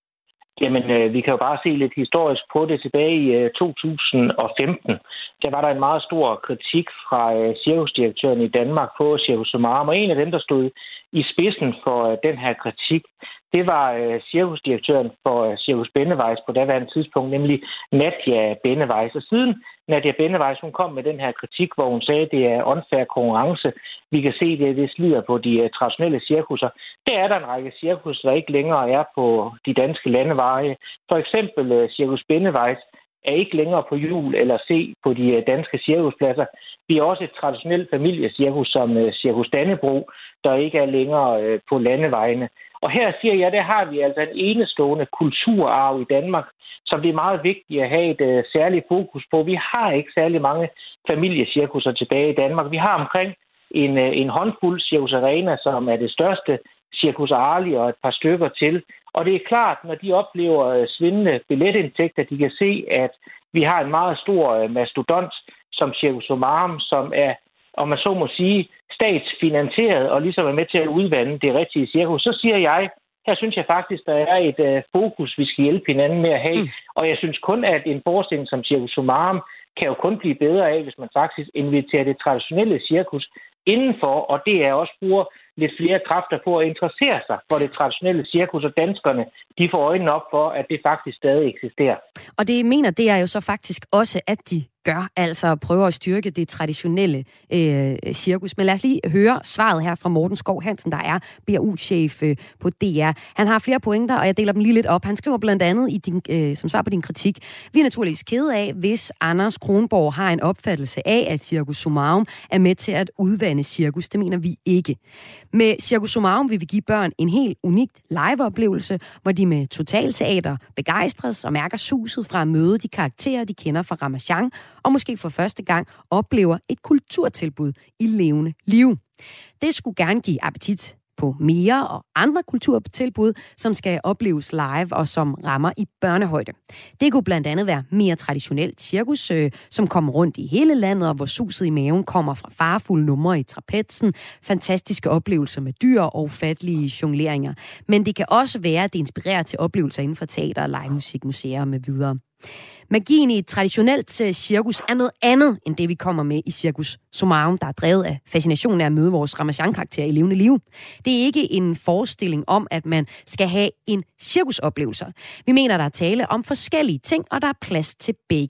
Jamen, øh, vi kan jo bare se lidt historisk på det. Tilbage i øh, to tusind og femten, der var der en meget stor kritik fra øh, cirkusdirektøren i Danmark på Cirkus Summarum, og en af dem, der stod i spidsen for øh, den her kritik, det var øh, cirkusdirektøren for øh, Cirkus Benneweis på daværende tidspunkt, nemlig Nadia Benneweis. Og siden Nadia Benneweis, hun kom med den her kritik, hvor hun sagde, at det er unfair konkurrence. Vi kan se, at det slider på de uh, traditionelle cirkusser. Der er der en række cirkus, der ikke længere er på de danske landeveje. For eksempel uh, Cirkus Benneweis er ikke længere på jul eller se på de uh, danske cirkuspladser. Vi har også et traditionelt familiecirkus som uh, Cirkus Dannebro, der ikke er længere uh, på landevejene. Og her siger jeg, der har vi altså en enestående kulturarv i Danmark, som det er meget vigtigt at have et uh, særligt fokus på. Vi har ikke særlig mange familiecirkusser tilbage i Danmark. Vi har omkring en, uh, en håndfuld Cirkus Arena, som er det største, Cirkus Arli og et par stykker til. Og det er klart, når de oplever uh, svindende billetindtægter, de kan se, at vi har en meget stor uh, mastodont som Cirkus Summarum, som er, om man så må sige, statsfinansieret og ligesom er med til at udvande det rigtige cirkus. Så siger jeg, her synes jeg faktisk, der er et uh, fokus, vi skal hjælpe hinanden med at have. Mm. Og jeg synes kun, at en forestilling som Cirkus Summarum kan jo kun blive bedre af, hvis man faktisk inviterer det traditionelle cirkus indenfor, og det er også bruger lidt flere kræfter på at interessere sig for det traditionelle cirkus, og danskerne, de får øjnene op for, at det faktisk stadig eksisterer. Og det mener det er jo så faktisk også, at de gør, altså prøver at styrke det traditionelle øh, cirkus. Men lad os lige høre svaret her fra Morten Skov Hansen, der er B R U-chef øh, på D R. Han har flere pointer, og jeg deler dem lige lidt op. Han skriver blandt andet i din, øh, som svar på din kritik: vi er naturligvis kede af, hvis Anders Kronborg har en opfattelse af, at Cirkus Summarum er med til at udvande cirkus. Det mener vi ikke. Med Cirkus Summarum vil vi give børn en helt unik liveoplevelse, hvor de med totalteater begejstres og mærker suset fra at møde de karakterer, de kender fra Ramachan, og måske for første gang oplever et kulturtilbud i levende liv. Det skulle gerne give appetit på mere og andre kulturtilbud, som skal opleves live og som rammer i børnehøjde. Det kunne blandt andet være mere traditionelt cirkus, øh, som kommer rundt i hele landet, og hvor suset i maven kommer fra farefulde numre i trapetsen, fantastiske oplevelser med dyr og fatlige jongleringer. Men det kan også være, at det inspirerer til oplevelser inden for teater, livemusik, museer med videre. Magien i et traditionelt cirkus er noget andet end det, vi kommer med i Cirkus Summarum, der er drevet af fascinationen af at møde vores Ramachan-karakterer i levende liv. Det er ikke en forestilling om, at man skal have en cirkusoplevelse. Vi mener, der er tale om forskellige ting, og der er plads til begge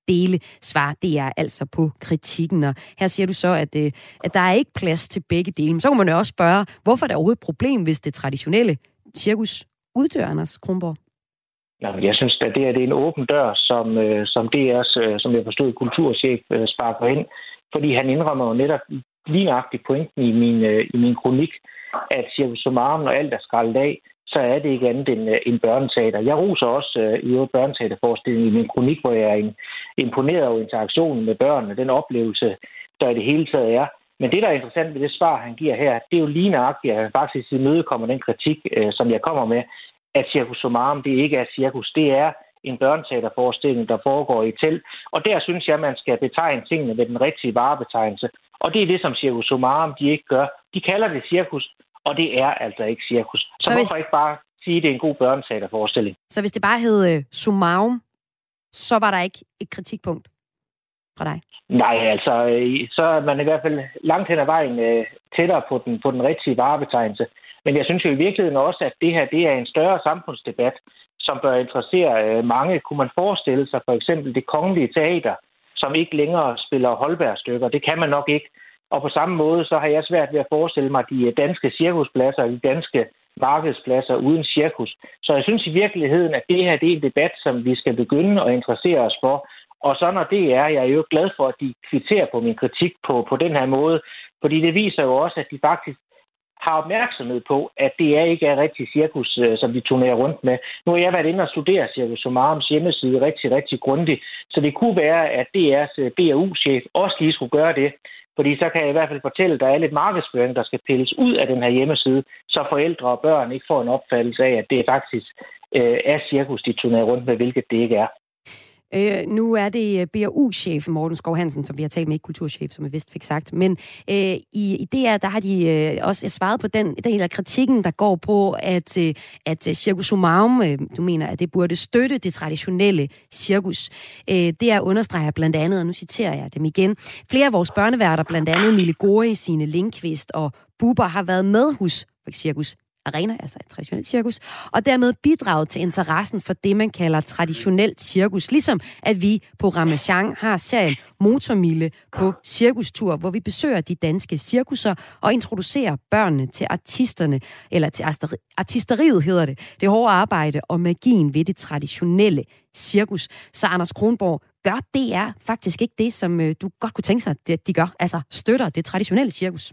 dele, svarer D R altså på kritikken. Og her siger du så, at, øh, at der er ikke plads til begge dele. Men så kan man jo også spørge, hvorfor er det overhovedet et problem, hvis det traditionelle cirkus uddør, Anders Kronborg? Jamen, jeg synes, at det, her, det er en åben dør, som, øh, som D R's, øh, som jeg forstod, kulturchef øh, sparker ind. Fordi han indrømmer jo netop lige nøjagtigt pointen i min, øh, i min kronik, at Cirkus Summarum, når alt er skrællet af, så er det ikke andet end, øh, end børneteater. Jeg roser også øh, i øvrigt børneteaterforestillingen i min kronik, hvor jeg er imponeret over interaktionen med børnene, den oplevelse, der i det hele taget er. Men det, der er interessant ved det svar, han giver her, det er jo lige nøjagtigt, at han faktisk imødekommer den kritik, øh, som jeg kommer med, at Cirkus Summarum, det ikke er cirkus, det er en børneteaterforestilling, der foregår i telt. Og der synes jeg, man skal betegne tingene med den rigtige varebetegnelse. Og det er det, som Cirkus Summarum, de ikke gør. De kalder det cirkus, og det er altså ikke cirkus. Så, så hvorfor hvis... ikke bare sige, at det er en god børneteaterforestilling? Så hvis det bare hed uh, Summarum, så var der ikke et kritikpunkt fra dig? Nej, altså, så er man i hvert fald langt hen ad vejen uh, tættere på den, på den rigtige varebetegnelse. Men jeg synes jo i virkeligheden også, at det her det er en større samfundsdebat, som bør interessere uh, mange. Kunne man forestille sig for eksempel det Kongelige Teater, som ikke længere spiller Holberg-stykker? Det kan man nok ikke. Og på samme måde, så har jeg svært ved at forestille mig de danske cirkuspladser, de danske markedspladser uden cirkus. Så jeg synes i virkeligheden, at det her det er en debat, som vi skal begynde at interessere os for. Og så når det er, jeg er jo glad for, at de kvitterer på min kritik på, på den her måde, fordi det viser jo også, at de faktisk har opmærksomhed på, at det er ikke er rigtig cirkus, som de turnerer rundt med. Nu har jeg været inde og studere Cirkus Summarums hjemmeside rigtig, rigtig grundigt, så det kunne være, at D R's B R U-chef også lige skulle gøre det, fordi så kan jeg i hvert fald fortælle, at der er lidt markedsføring, der skal pilles ud af den her hjemmeside, så forældre og børn ikke får en opfattelse af, at det faktisk øh, er cirkus, de turnerer rundt med, hvilket det ikke er. Øh, nu er det B R U-chefen Morten Skov Hansen, som vi har talt med, ikke kulturchef, som jeg vist fik sagt. Men øh, i, i D R, der har de øh, også svaret på den, den hele kritikken, der går på, at, øh, at Cirkus Summarum, øh, du mener, at det burde støtte det traditionelle cirkus. Øh, D R understreger blandt andet, og nu citerer jeg dem igen, flere af vores børneværter, blandt andet Mille Gori, Signe Lindqvist og Bubber, har været med hos Cirkus Arena, altså et traditionelt cirkus, og dermed bidraget til interessen for det, man kalder traditionelt cirkus. Ligesom at vi på Ramachan har serien Motormille på cirkustur, hvor vi besøger de danske cirkusser og introducerer børnene til artisterne, eller til artisteriet hedder det, det hårde arbejde og magien ved det traditionelle cirkus. Så Anders Kronborg, gør D R faktisk ikke det, som du godt kunne tænke sig, at de gør, altså støtter det traditionelle cirkus?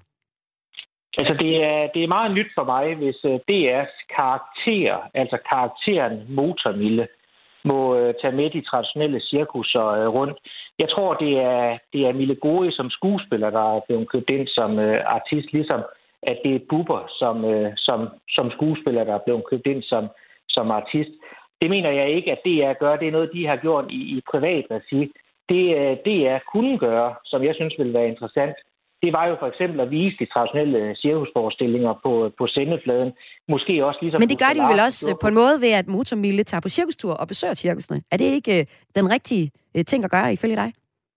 Altså, det er, det er meget nyt for mig, hvis D R's karakter, altså karakteren Motormille, må uh, tage med de traditionelle cirkusser uh, rundt. Jeg tror, det er, det er Mille Gori som skuespiller, der er blevet købt ind som uh, artist, ligesom at det er Bubber som, uh, som, som skuespiller, der er blevet købt ind som, som artist. Det mener jeg ikke, at D R gør. Det er noget, de har gjort i, i privat regi. Det uh, D R kunne gøre, som jeg synes ville være interessant, det var jo for eksempel at vise de traditionelle cirkusforestillinger på, på sendefladen. Måske også ligesom... Men det gør de vel også på en måde ved, at Motormille tager på cirkustur og besøger cirkusene. Er det ikke uh, den rigtige uh, ting at gøre, ifølge dig?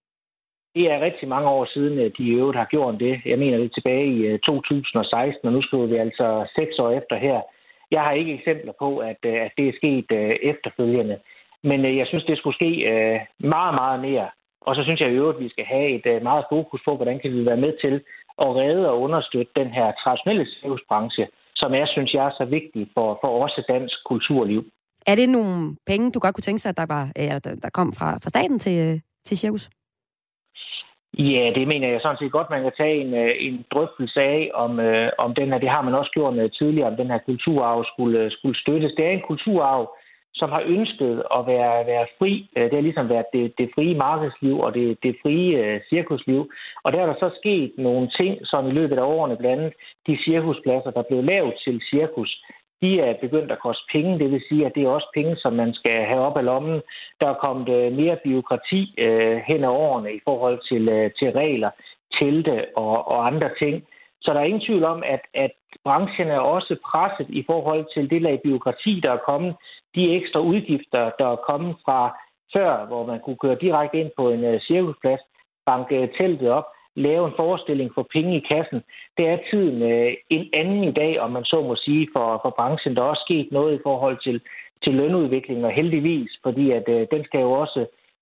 Det er rigtig mange år siden, de i øvrigt har gjort det. Jeg mener det tilbage i uh, to tusind og seksten, og nu skriver vi altså seks år efter her. Jeg har ikke eksempler på, at, uh, at det er sket uh, efterfølgende. Men uh, jeg synes, det skulle ske uh, meget, meget mere. Og så synes jeg i øvrigt, at vi skal have et meget fokus på, hvordan kan vi være med til at redde og understøtte den her traditionelle cirkusbranche, som jeg synes, jeg er så vigtig for, for også dansk kulturliv. Er det nogle penge, du godt kunne tænke sig, at der, var, ja, der, der kom fra, fra staten til, til cirkus? Ja, det mener jeg sådan set godt, man kan tage en, en drøftelse af, om, øh, om den her, det har man også gjort tidligere, om den her kulturarv skulle, skulle støttes. Det er en kulturarv, som har ønsket at være, være fri. Det har ligesom været det, det frie markedsliv og det, det frie uh, cirkusliv. Og der er der så sket nogle ting, som i løbet af årene, blandt andet de cirkuspladser, der blev lavet til cirkus, de er begyndt at koste penge. Det vil sige, at det er også penge, som man skal have op af lommen. Der er kommet uh, mere bureaukrati uh, hen ad årene i forhold til, uh, til regler, telte og, og andre ting. Så der er ingen tvivl om, at, at branchen er også presset i forhold til det lag bureaukrati, der er kommet. De ekstra udgifter, der er kommet fra før, hvor man kunne køre direkte ind på en uh, cirkusplads, banke teltet op, lave en forestilling for penge i kassen. Det er tiden uh, en anden i dag, om man så må sige, for, for branchen. Der er også sket noget i forhold til, til lønudvikling, og heldigvis, fordi at, uh, den skal jo også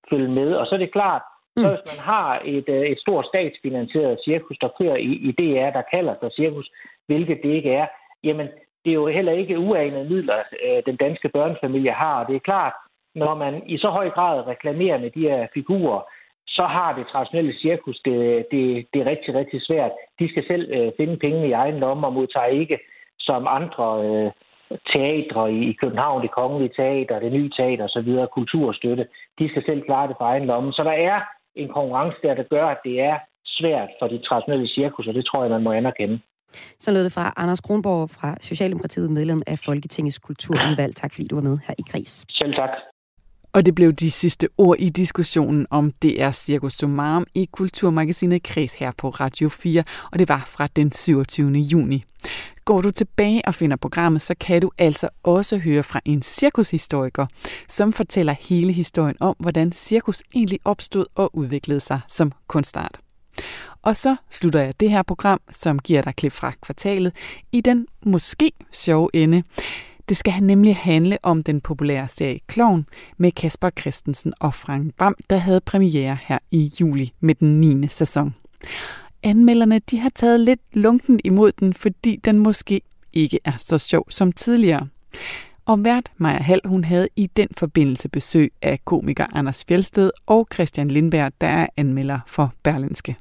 følge med. Og så er det klart, mm. så hvis man har et, et stort statsfinansieret cirkus, der kører i, i D R, der kalder sig cirkus, hvilket det ikke er, jamen det er jo heller ikke uanede midler, den danske børnefamilie har. Og det er klart, når man i så høj grad reklamerer med de her figurer, så har det traditionelle cirkus det, det, det er rigtig, rigtig svært. De skal selv øh, finde pengene i egen lomme og modtager ikke som andre øh, teatre i, i København, det Kongelige Teater, det Nye Teater osv., kulturstøtte. De skal selv klare det for egen lomme. Så der er en konkurrence der, der gør, at det er svært for de traditionelle cirkus, og det tror jeg, man må anerkende. Så lød det fra Anders Kronborg fra Socialdemokratiet, medlem af Folketingets Kulturudvalg. Tak fordi du var med her i Gris. Selv tak. Og det blev de sidste ord i diskussionen om D R Cirkus Summarum i Kulturmagasinet Kreds her på Radio fire, og det var fra den syvogtyvende juni. Går du tilbage og finder programmet, så kan du altså også høre fra en cirkushistoriker, som fortæller hele historien om, hvordan cirkus egentlig opstod og udviklede sig som kunstart. Og så slutter jeg det her program, som giver dig klip fra kvartalet, i den måske sjove ende. Det skal nemlig handle om den populære serie Klovn med Casper Christensen og Frank Hvam, der havde premiere her i juli med den niende sæson. Anmelderne de har taget lidt lunkent imod den, fordi den måske ikke er så sjov som tidligere. Og vært Maja Hall, hun havde i den forbindelse besøg af komiker Anders Fjeldsted og Christian Lindberg, der er anmelder for Berlingske.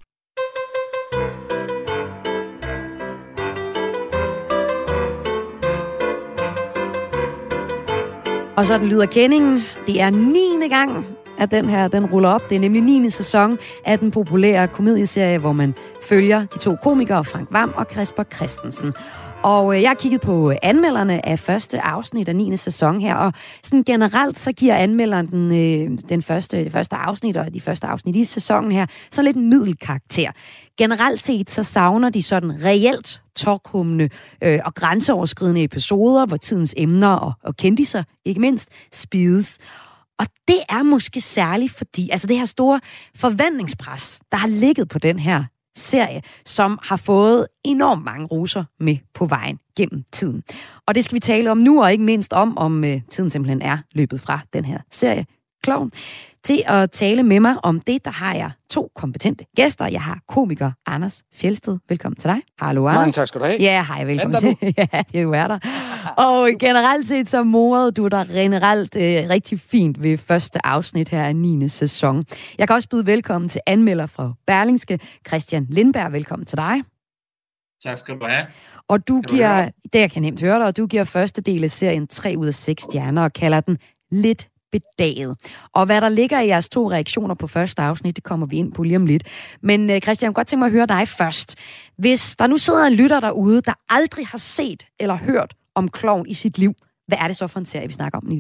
Og så den lyder kendingen. Det er niende gang, at den her den ruller op. Det er nemlig niende sæson af den populære komedieserie, hvor man følger de to komikere, Frank Hvam og Casper Christensen. Og jeg har kigget på anmelderne af første afsnit af niende sæson her, og sådan generelt så giver anmelderen den, øh, den første, det første afsnit og de første afsnit i sæsonen her så lidt middelkarakter. Generelt set så savner de sådan reelt tårthummende øh, og grænseoverskridende episoder, hvor tidens emner og, og kendiser, ikke mindst, spides. Og det er måske særligt fordi, altså det her store forventningspres, der har ligget på den her serie, som har fået enormt mange roser med på vejen gennem tiden. Og det skal vi tale om nu, og ikke mindst om, om øh, tiden simpelthen er løbet fra den her serie, Klovn. Til at tale med mig om det, der har jeg to kompetente gæster. Jeg har komiker Anders Fjeldsted. Velkommen til dig. Hallo, Anders. Mange tak skal du have. Ja, hej, velkommen til. Ja, det er der. Og generelt set så morede du dig generelt øh, rigtig fint ved første afsnit her af niende sæson. Jeg kan også byde velkommen til anmelder fra Berlingske, Christian Lindberg. Velkommen til dig. Tak skal du have. Og du kan giver, det jeg kan nemt høre dig, og du giver første del af serien tre ud af seks stjerner og kalder den lidt bedaget. Og hvad der ligger i jeres to reaktioner på første afsnit, det kommer vi ind på lige om lidt. Men Christian, jeg kunne godt tænke mig at høre dig først. Hvis der nu sidder en lytter derude, der aldrig har set eller hørt om Klovn i sit liv, hvad er det så for en serie, vi snakker om nu?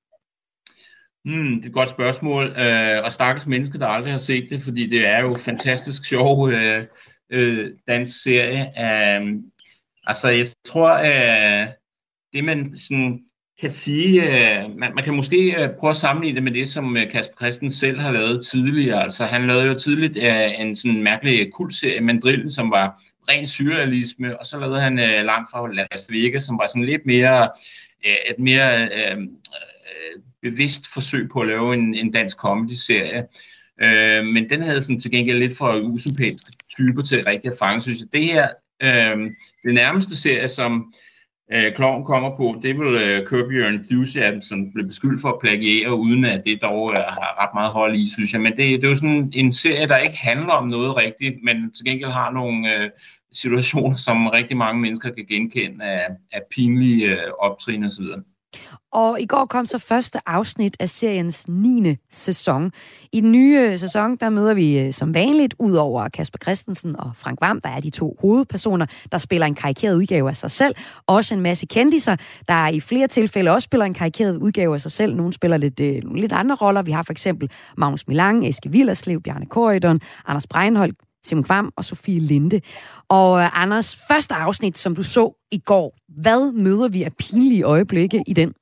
Hmm, det er et godt spørgsmål. Øh, og stakkels mennesker, der aldrig har set det, fordi det er jo fantastisk sjov øh, øh, dansk serie. Øh, altså, jeg tror, øh, det man sådan kan sige, øh, man, man kan måske øh, prøve at sammenligne det med det, som øh, Casper Christensen selv har lavet tidligere. Altså, han lavede jo tidligt øh, en sådan mærkelig kultserie, Mandrillen, som var ren surrealisme, og så lavede han øh, Langt fra Las Vegas, som var sådan lidt mere øh, et mere øh, øh, bevidst forsøg på at lave en, en dansk comedy-serie. Øh, men den havde sådan til gengæld lidt for usympatiske typer til rigtig at fange, synes jeg. Det her, øh, det nærmeste serie, som øh, Klovn kommer på, det er vel øh, Curb Your Enthusiasm, som blev beskyldt for at plagiere, uden at det dog øh, har ret meget hold i, synes jeg. Men det, det er jo sådan en serie, der ikke handler om noget rigtigt, men til gengæld har nogle øh, situationer, som rigtig mange mennesker kan genkende af, af pinlige øh, optrin og så videre. Og i går kom så første afsnit af seriens niende sæson. I den nye sæson, der møder vi som vanligt, ud over Casper Christensen og Frank Hvam, der er de to hovedpersoner, der spiller en karikeret udgave af sig selv. Også en masse kendiser, der i flere tilfælde også spiller en karikeret udgave af sig selv. Nogle spiller lidt, øh, nogle lidt andre roller. Vi har for eksempel Magnus Milang, Eske Willerslev, Bjarne Corydon, Anders Breinholt, Simon Kvam og Sofie Linde. Og øh, Anders, første afsnit, som du så i går, hvad møder vi af pinlige øjeblikke i den?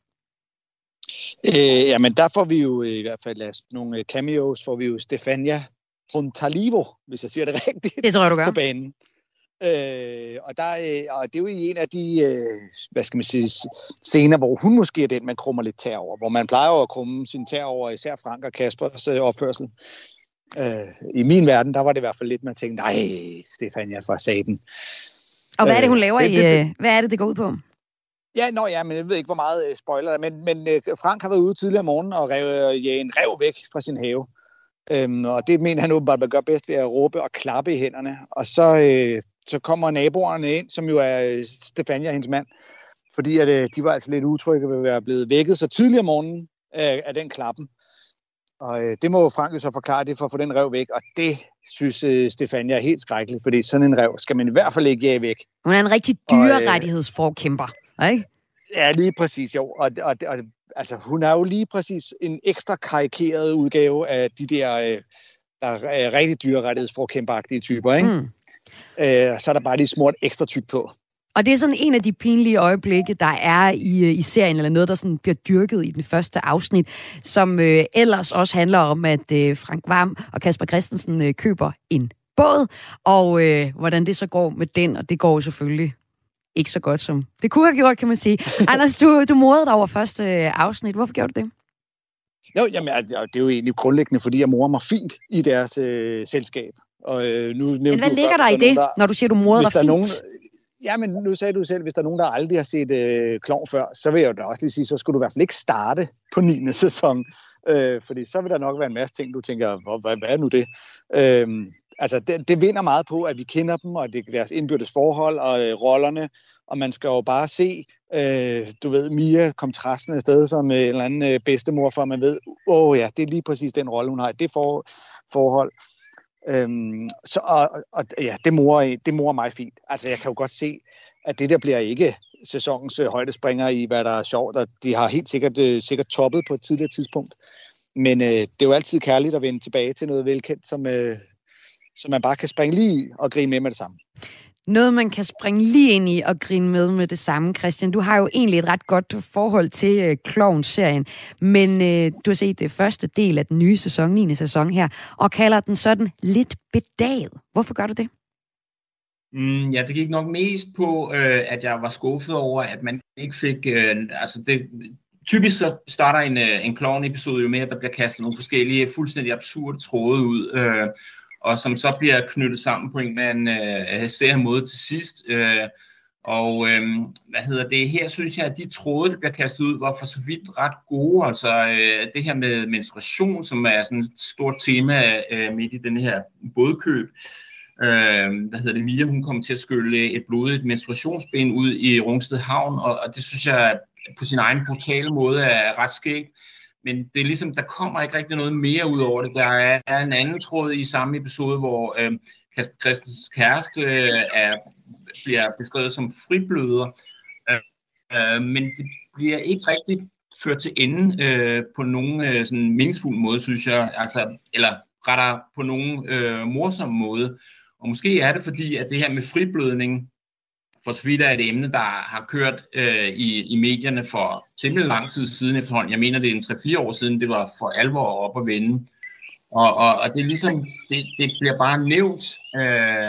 Øh, jamen, der får vi jo i hvert fald nogle cameos, får vi jo Stefania Frontalivo, hvis jeg siger det rigtigt, det tror jeg, du gør. På banen. Øh, og, der, øh, og det er jo i en af de, øh, hvad skal man sige, scener, hvor hun måske er den, man krummer lidt tær over. Hvor man plejer at krumme sin tær over, især Frank og Kaspers øh, opførsel. Øh, I min verden, der var det i hvert fald lidt, man tænkte, nej, Stefania for satan. Og hvad er det, hun laver øh, det, det, i, øh, hvad er det, det går ud på? Ja, nå ja, men jeg ved ikke, hvor meget øh, spoiler, men, men øh, Frank har været ude tidligere om morgenen og rev, øh, en rev væk fra sin have. Øhm, og det mener han åbenbart, man gør bedst ved at råbe og klappe i hænderne. Og så, øh, så kommer naboerne ind, som jo er øh, Stefania, hendes mand, fordi at, øh, de var altså lidt utrygge ved at være blevet vækket så tidligere om morgenen øh, af den klappen. Og øh, det må Frank jo så forklare det for at få den rev væk, og det synes øh, Stefania er helt skrækkeligt, fordi sådan en rev skal man i hvert fald ikke jage væk. Hun er en rigtig dyrerettighedsforkæmper, ikke? Ja, lige præcis, jo. Og, og, og altså, hun er jo lige præcis en ekstra karikeret udgave af de der, øh, der er rigtig dyrerettighedsforkæmperagtige typer, ikke? Mm. Øh, så er der bare lige smurt ekstra tyk på. Og det er sådan en af de pinlige øjeblikke, der er i, i serien, eller noget, der sådan bliver dyrket i den første afsnit, som øh, ellers også handler om, at øh, Frank Hvam og Casper Christensen øh, køber en båd, og øh, hvordan det så går med den, og det går jo selvfølgelig ikke så godt, som det kunne have gjort, kan man sige. Anders, du, du morede dig over første afsnit. Hvorfor gjorde du det? Jo, jamen, det er jo egentlig grundlæggende, fordi jeg morer mig fint i deres øh, selskab. Og, øh, nu men hvad ligger der i det, der, når du siger, du morer dig fint? Nogen, ja, men nu sagde du selv, hvis der er nogen, der aldrig har set øh, Klovn før, så vil jeg jo da også lige sige, så skulle du i hvert fald ikke starte på niende sæson. Øh, fordi så vil der nok være en masse ting, du tænker, hvad, hvad er nu det? Øh, Altså, det, det vinder meget på, at vi kender dem, og det er deres indbyrdes forhold og øh, rollerne, og man skal jo bare se, øh, du ved, Mia kom træsende afsted som øh, en eller anden øh, bedstemor, for man ved, åh oh, ja, det er lige præcis den rolle, hun har i det for, forhold. Øhm, så, og, og ja, det morer, det morer mig fint. Altså, jeg kan jo godt se, at det der bliver ikke sæsonens øh, højdespringer i, hvad der er sjovt, og de har helt sikkert, øh, sikkert toppet på et tidligere tidspunkt. Men øh, det er jo altid kærligt at vende tilbage til noget velkendt, som... Øh, så man bare kan springe lige og grine med med det samme. Noget, man kan springe lige ind i og grine med med det samme, Christian. Du har jo egentlig et ret godt forhold til uh, Klovn-serien, men uh, du har set det første del af den nye sæson, niende sæson her, og kalder den sådan lidt bedaget. Hvorfor gør du det? Mm, ja, det gik nok mest på, øh, at jeg var skuffet over, at man ikke fik... Øh, altså det, typisk så starter en, øh, en Klovn-episode jo med, at der bliver kastet nogle forskellige, fuldstændig absurde tråde ud, øh, og som så bliver knyttet sammen på en eller anden øh, serie måde til sidst. Øh, og øh, hvad hedder det? Her synes jeg, at de tråde, der bliver kastet ud, var for så vidt ret gode. Altså øh, det her med menstruation, som er sådan et stort tema øh, midt i den her bådkøb. Øh, hvad hedder det? Mia, hun kommer til at skylle et blodigt menstruationsben ud i Rungsted Havn, og, og det synes jeg på sin egen brutale måde er ret skægt. Men det er ligesom, der kommer ikke rigtig noget mere ud over det. Der er, er en anden tråd i samme episode, hvor øh, Casper Christensens kæreste øh, er, bliver beskrevet som fribløder. Øh, øh, men det bliver ikke rigtig ført til ende øh, på nogen øh, sådan meningsfuld måde, synes jeg. Altså, eller rettere på nogen øh, morsom måde. Og måske er det fordi, at det her med friblødning for så vidt er et emne, der har kørt øh, i, i medierne for temmelig lang tid siden efterhånden. Jeg mener, det er en tre fire år siden, det var for alvor op at vende. Og, og, og det er ligesom, det, det bliver bare nævnt, øh,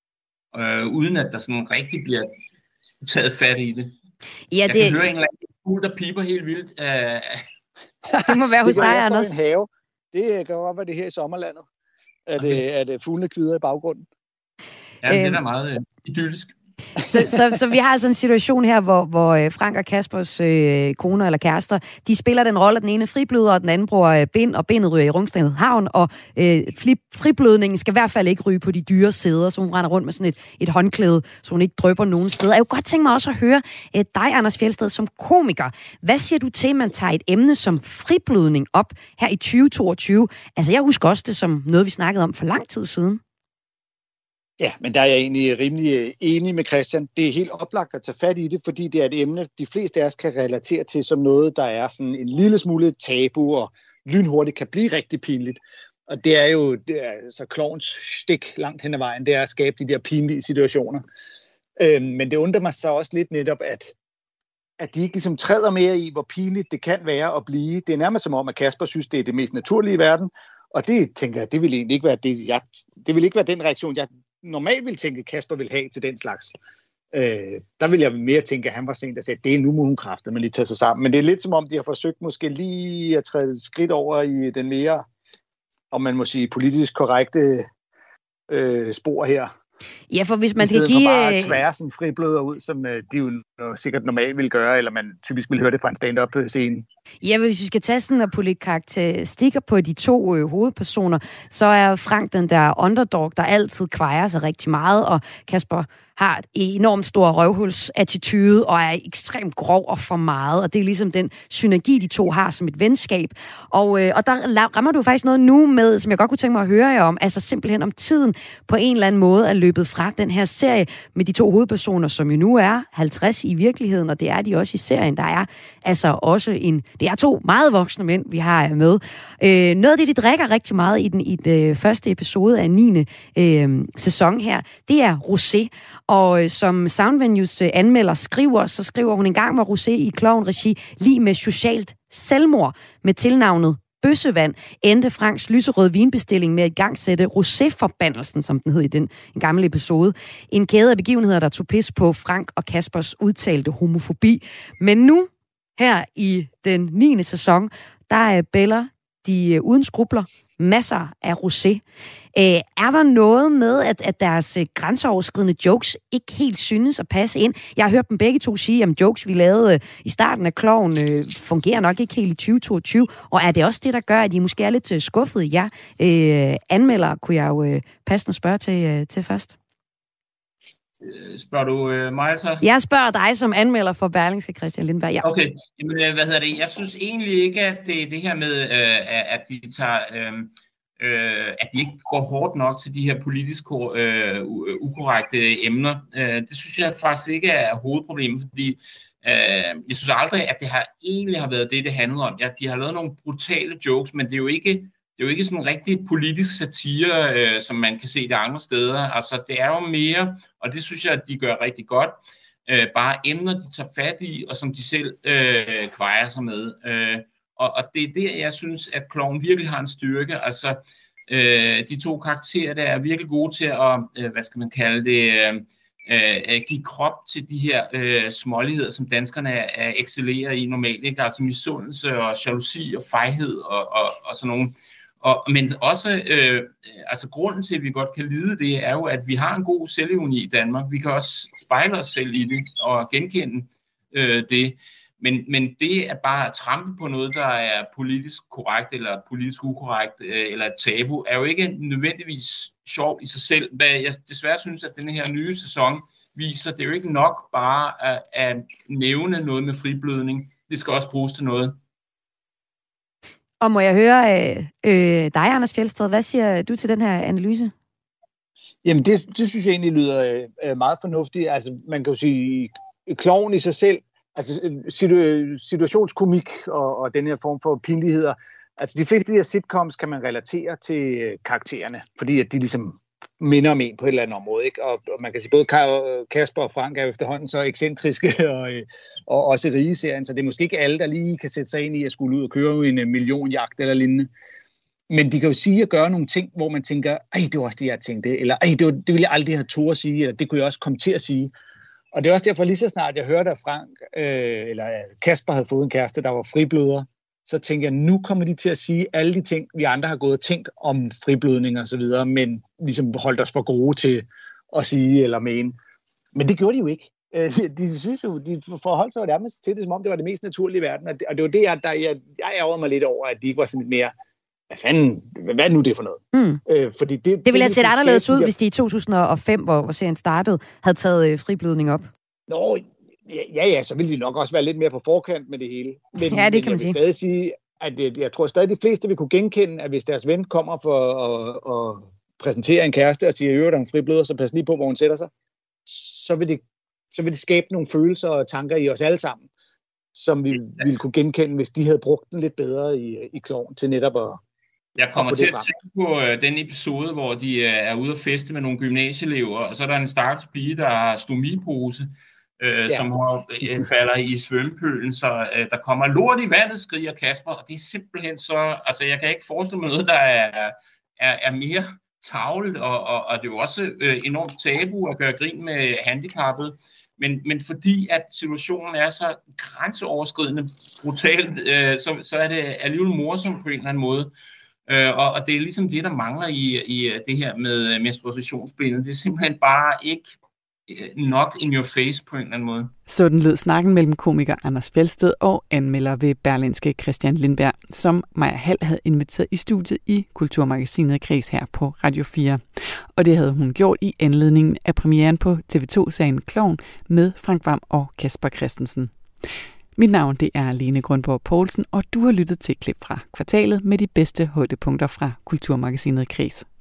øh, uden at der sådan rigtig bliver taget fat i det. Ja, jeg det... kan høre en eller anden fugl, der piper helt vildt. Øh... Det må være hos dig, Anders. Det have. Det kan godt være det her i sommerlandet. At, okay. at, at fuglene kvider i baggrunden. Ja, øhm... det er da meget øh, idyllisk. Så, så, så vi har altså en situation her, hvor, hvor Frank og Kaspers øh, koner eller kærester, de spiller den rolle, den ene fribløder, og den anden bruger øh, bind, og bindet ryger i Rungsted Havn, og øh, friblødningen skal i hvert fald ikke ryge på de dyre sæder, så hun render rundt med sådan et, et håndklæde, så hun ikke drypper nogen steder. Jeg kunne godt tænke mig også at høre øh, dig, Anders Fjeldsted, som komiker. Hvad siger du til, at man tager et emne som friblødning op her i tyve toogtyve? Altså, jeg husker også det som noget, vi snakkede om for lang tid siden. Ja, men der er jeg egentlig rimelig enig med Christian. Det er helt oplagt at tage fat i det, fordi det er et emne, de fleste af os kan relatere til som noget, der er sådan en lille smule tabu og lynhurtigt kan blive rigtig pinligt. Og det er jo det er, så Klovns stik langt hen ad vejen, det er at skabe de der pinlige situationer. Øhm, men det undrer mig så også lidt netop, at, at de ikke ligesom træder mere i, hvor pinligt det kan være at blive. Det er nærmest som om, at Kasper synes, det er det mest naturlige i verden. Og det tænker jeg, det vil egentlig ikke være det, jeg, det vil ikke være den reaktion, jeg normalt ville tænke, Kasper vil have til den slags. Øh, der vil jeg mere tænke, at han var sådan, der sagde, det er nu må hun kræfte, men lige tage sig sammen. Men det er lidt som om, de har forsøgt måske lige at træde et skridt over i den mere, om man må sige, politisk korrekte øh, spor her. Ja, for hvis man skal give... I stedet for bare at tvære sådan fribløder ud, som øh, de jo sikkert normalt ville gøre, eller man typisk ville høre det fra en stand-up-scene. Ja, hvis vi skal tage sådan og putte lidt karakteristikker på de to øh, hovedpersoner, så er Frank den der underdog, der altid kvejer sig rigtig meget, og Kasper har enormt stor røvhulsattitude og er ekstremt grov og for meget, og det er ligesom den synergi, de to har som et venskab. Og, øh, og der rammer du faktisk noget nu med, som jeg godt kunne tænke mig at høre jer om, altså simpelthen om tiden på en eller anden måde er løbet fra den her serie med de to hovedpersoner, som jo nu er halvtreds i virkeligheden, og det er de også i serien. Der er altså også en, det er to meget voksne mænd, vi har med. Øh, noget af det, de drikker rigtig meget i den, i den første episode af niende Øh, sæson her, det er rosé. Og som Soundvenues anmelder skriver, så skriver hun, en gang var rosé i klovn-regi lige med socialt selvmord med tilnavnet Bøssevand, endte Franks lyserøde vinbestilling med at igangsætte rosé-forbandelsen, som den hed i den en gammel episode. En kæde af begivenheder, der tog pis på Frank og Kaspers udtalte homofobi. Men nu, her i den niende sæson, der er Bella de uden skrubler, masser af rosé. Øh, er der noget med, at, at deres grænseoverskridende jokes ikke helt synes at passe ind? Jeg har hørt dem begge to sige, at jokes, vi lavede i starten af Klovn, øh, fungerer nok ikke helt i tyve toogtyve. Og er det også det, der gør, at I måske er lidt skuffede? Ja, øh, anmeldere kunne jeg jo øh, passende spørge til, øh, til først. Spørger du øh, mig så? Jeg spørger dig som anmelder for Berlingske, Christian Lindberg. Ja. Okay, jamen, hvad hedder det? Jeg synes egentlig ikke, at det, det her med, øh, at de tager, øh, øh, at de ikke går hårdt nok til de her politisk øh, ukorrekte emner. Øh, det synes jeg faktisk ikke er hovedproblemet, fordi øh, jeg synes aldrig, at det har egentlig har været det, det handlede om. Ja, de har lavet nogle brutale jokes, men det er jo ikke Det er jo ikke sådan en rigtig politisk satire, øh, som man kan se det andre steder. Altså, det er jo mere, og det synes jeg, at de gør rigtig godt, øh, bare emner, de tager fat i, og som de selv øh, kvejer sig med. Øh, og, og det er der, jeg synes, at Klovn virkelig har en styrke. Altså, øh, de to karakterer, der er virkelig gode til at, øh, hvad skal man kalde det, øh, give krop til de her øh, småligheder, som danskerne er, excellerer i normalt. Ikke? Altså misundelse og jalousi og fejhed og, og, og sådan nogle. Og, men også, øh, altså grunden til, at vi godt kan lide det, er jo, at vi har en god selvironi i Danmark. Vi kan også spejle os selv i det og genkende øh, det. Men, men det er bare at trampe på noget, der er politisk korrekt eller politisk ukorrekt øh, eller et tabu, er jo ikke nødvendigvis sjovt i sig selv. Hvad jeg desværre synes, at den her nye sæson viser, det er jo ikke nok bare at, at nævne noget med friblødning. Det skal også bruges til noget. Og må jeg høre øh, øh, dig, Anders Fjeldsted, hvad siger du til den her analyse? Jamen, det, det synes jeg egentlig lyder øh, meget fornuftigt. Altså, man kan jo sige, Klovn i sig selv, altså situ- situationskomik og, og den her form for pinligheder, altså de fleste af de her sitcoms kan man relatere til karaktererne, fordi at de ligesom minder om en på et eller andet område, ikke? Og, og man kan sige, både Kasper og Frank er efterhånden så ekscentriske og, og også rige serien, så det er måske ikke alle, der lige kan sætte sig ind i at skulle ud og køre en millionjagt eller lignende. Men de kan jo sige og gøre nogle ting, hvor man tænker, ej, det var også det, jeg tænkte, eller ej, det, var, det ville jeg aldrig have turde at sige, eller det kunne jeg også komme til at sige. Og det er også derfor, lige så snart jeg hørte, at Frank, øh, eller Kasper havde fået en kæreste, der var fribløder, så tænker jeg, nu kommer de til at sige alle de ting, vi andre har gået og tænkt om friblødning og så videre, men ligesom holdt os for gode til at sige eller mene. Men det gjorde de jo ikke. De, de synes jo, de forholdt sig jo nærmest til det, som om det var det mest naturlige i verden. Og det, og det var det, jeg, der, jeg, jeg ærgede mig lidt over, at de ikke var sådan lidt mere, hvad fanden, hvad er nu det for noget? Mm. Øh, fordi det, det ville have set anderledes ud, hvis de i to tusind og fem, hvor, hvor serien startede, havde taget øh, friblødning op. Nå, ja, ja, så ville de nok også være lidt mere på forkant med det hele. Men, ja, det men kan man jeg vil stadig sige, at jeg, jeg tror stadig, de fleste vil kunne genkende, at hvis deres ven kommer for at, at præsentere en kæreste og siger, at der er en fribløder, så pas lige på, hvor hun sætter sig, så vil det, så vil det skabe nogle følelser og tanker i os alle sammen, som vi ville kunne genkende, hvis de havde brugt den lidt bedre i, i Klovn til netop at... Jeg kommer til at tænke på uh, den episode, hvor de uh, er ude at feste med nogle gymnasieelever, og så er der en stakkels pige, der har stomipose, uh, ja. som har, uh, falder i svømmepølen, så uh, der kommer lort i vandet, skriger Kasper, og det er simpelthen så... Altså, jeg kan ikke forestille mig noget, der er, er, er mere tarveligt, og, og, og det er jo også øh, enormt tabu at gøre grin med handicappede, men, men fordi at situationen er så grænseoverskridende brutalt, øh, så, så er det alligevel morsomt på en eller anden måde. Øh, og, og det er ligesom det, der mangler i, i det her med menstruationsbilledet. Det er simpelthen bare ikke nok in your face på en eller anden måde. Sådan lød snakken mellem komiker Anders Fjeldsted og anmelder ved Berlingske Christian Lindberg, som Maja Hall havde inviteret i studiet i Kulturmagasinet Kreds her på Radio fire. Og det havde hun gjort i anledningen af premieren på T V to-serien Klovn med Frank Hvam og Kasper Christensen. Mit navn det er Lene Grundborg Poulsen, og du har lyttet til klip fra Kvartalet med de bedste højdepunkter fra Kulturmagasinet Kreds.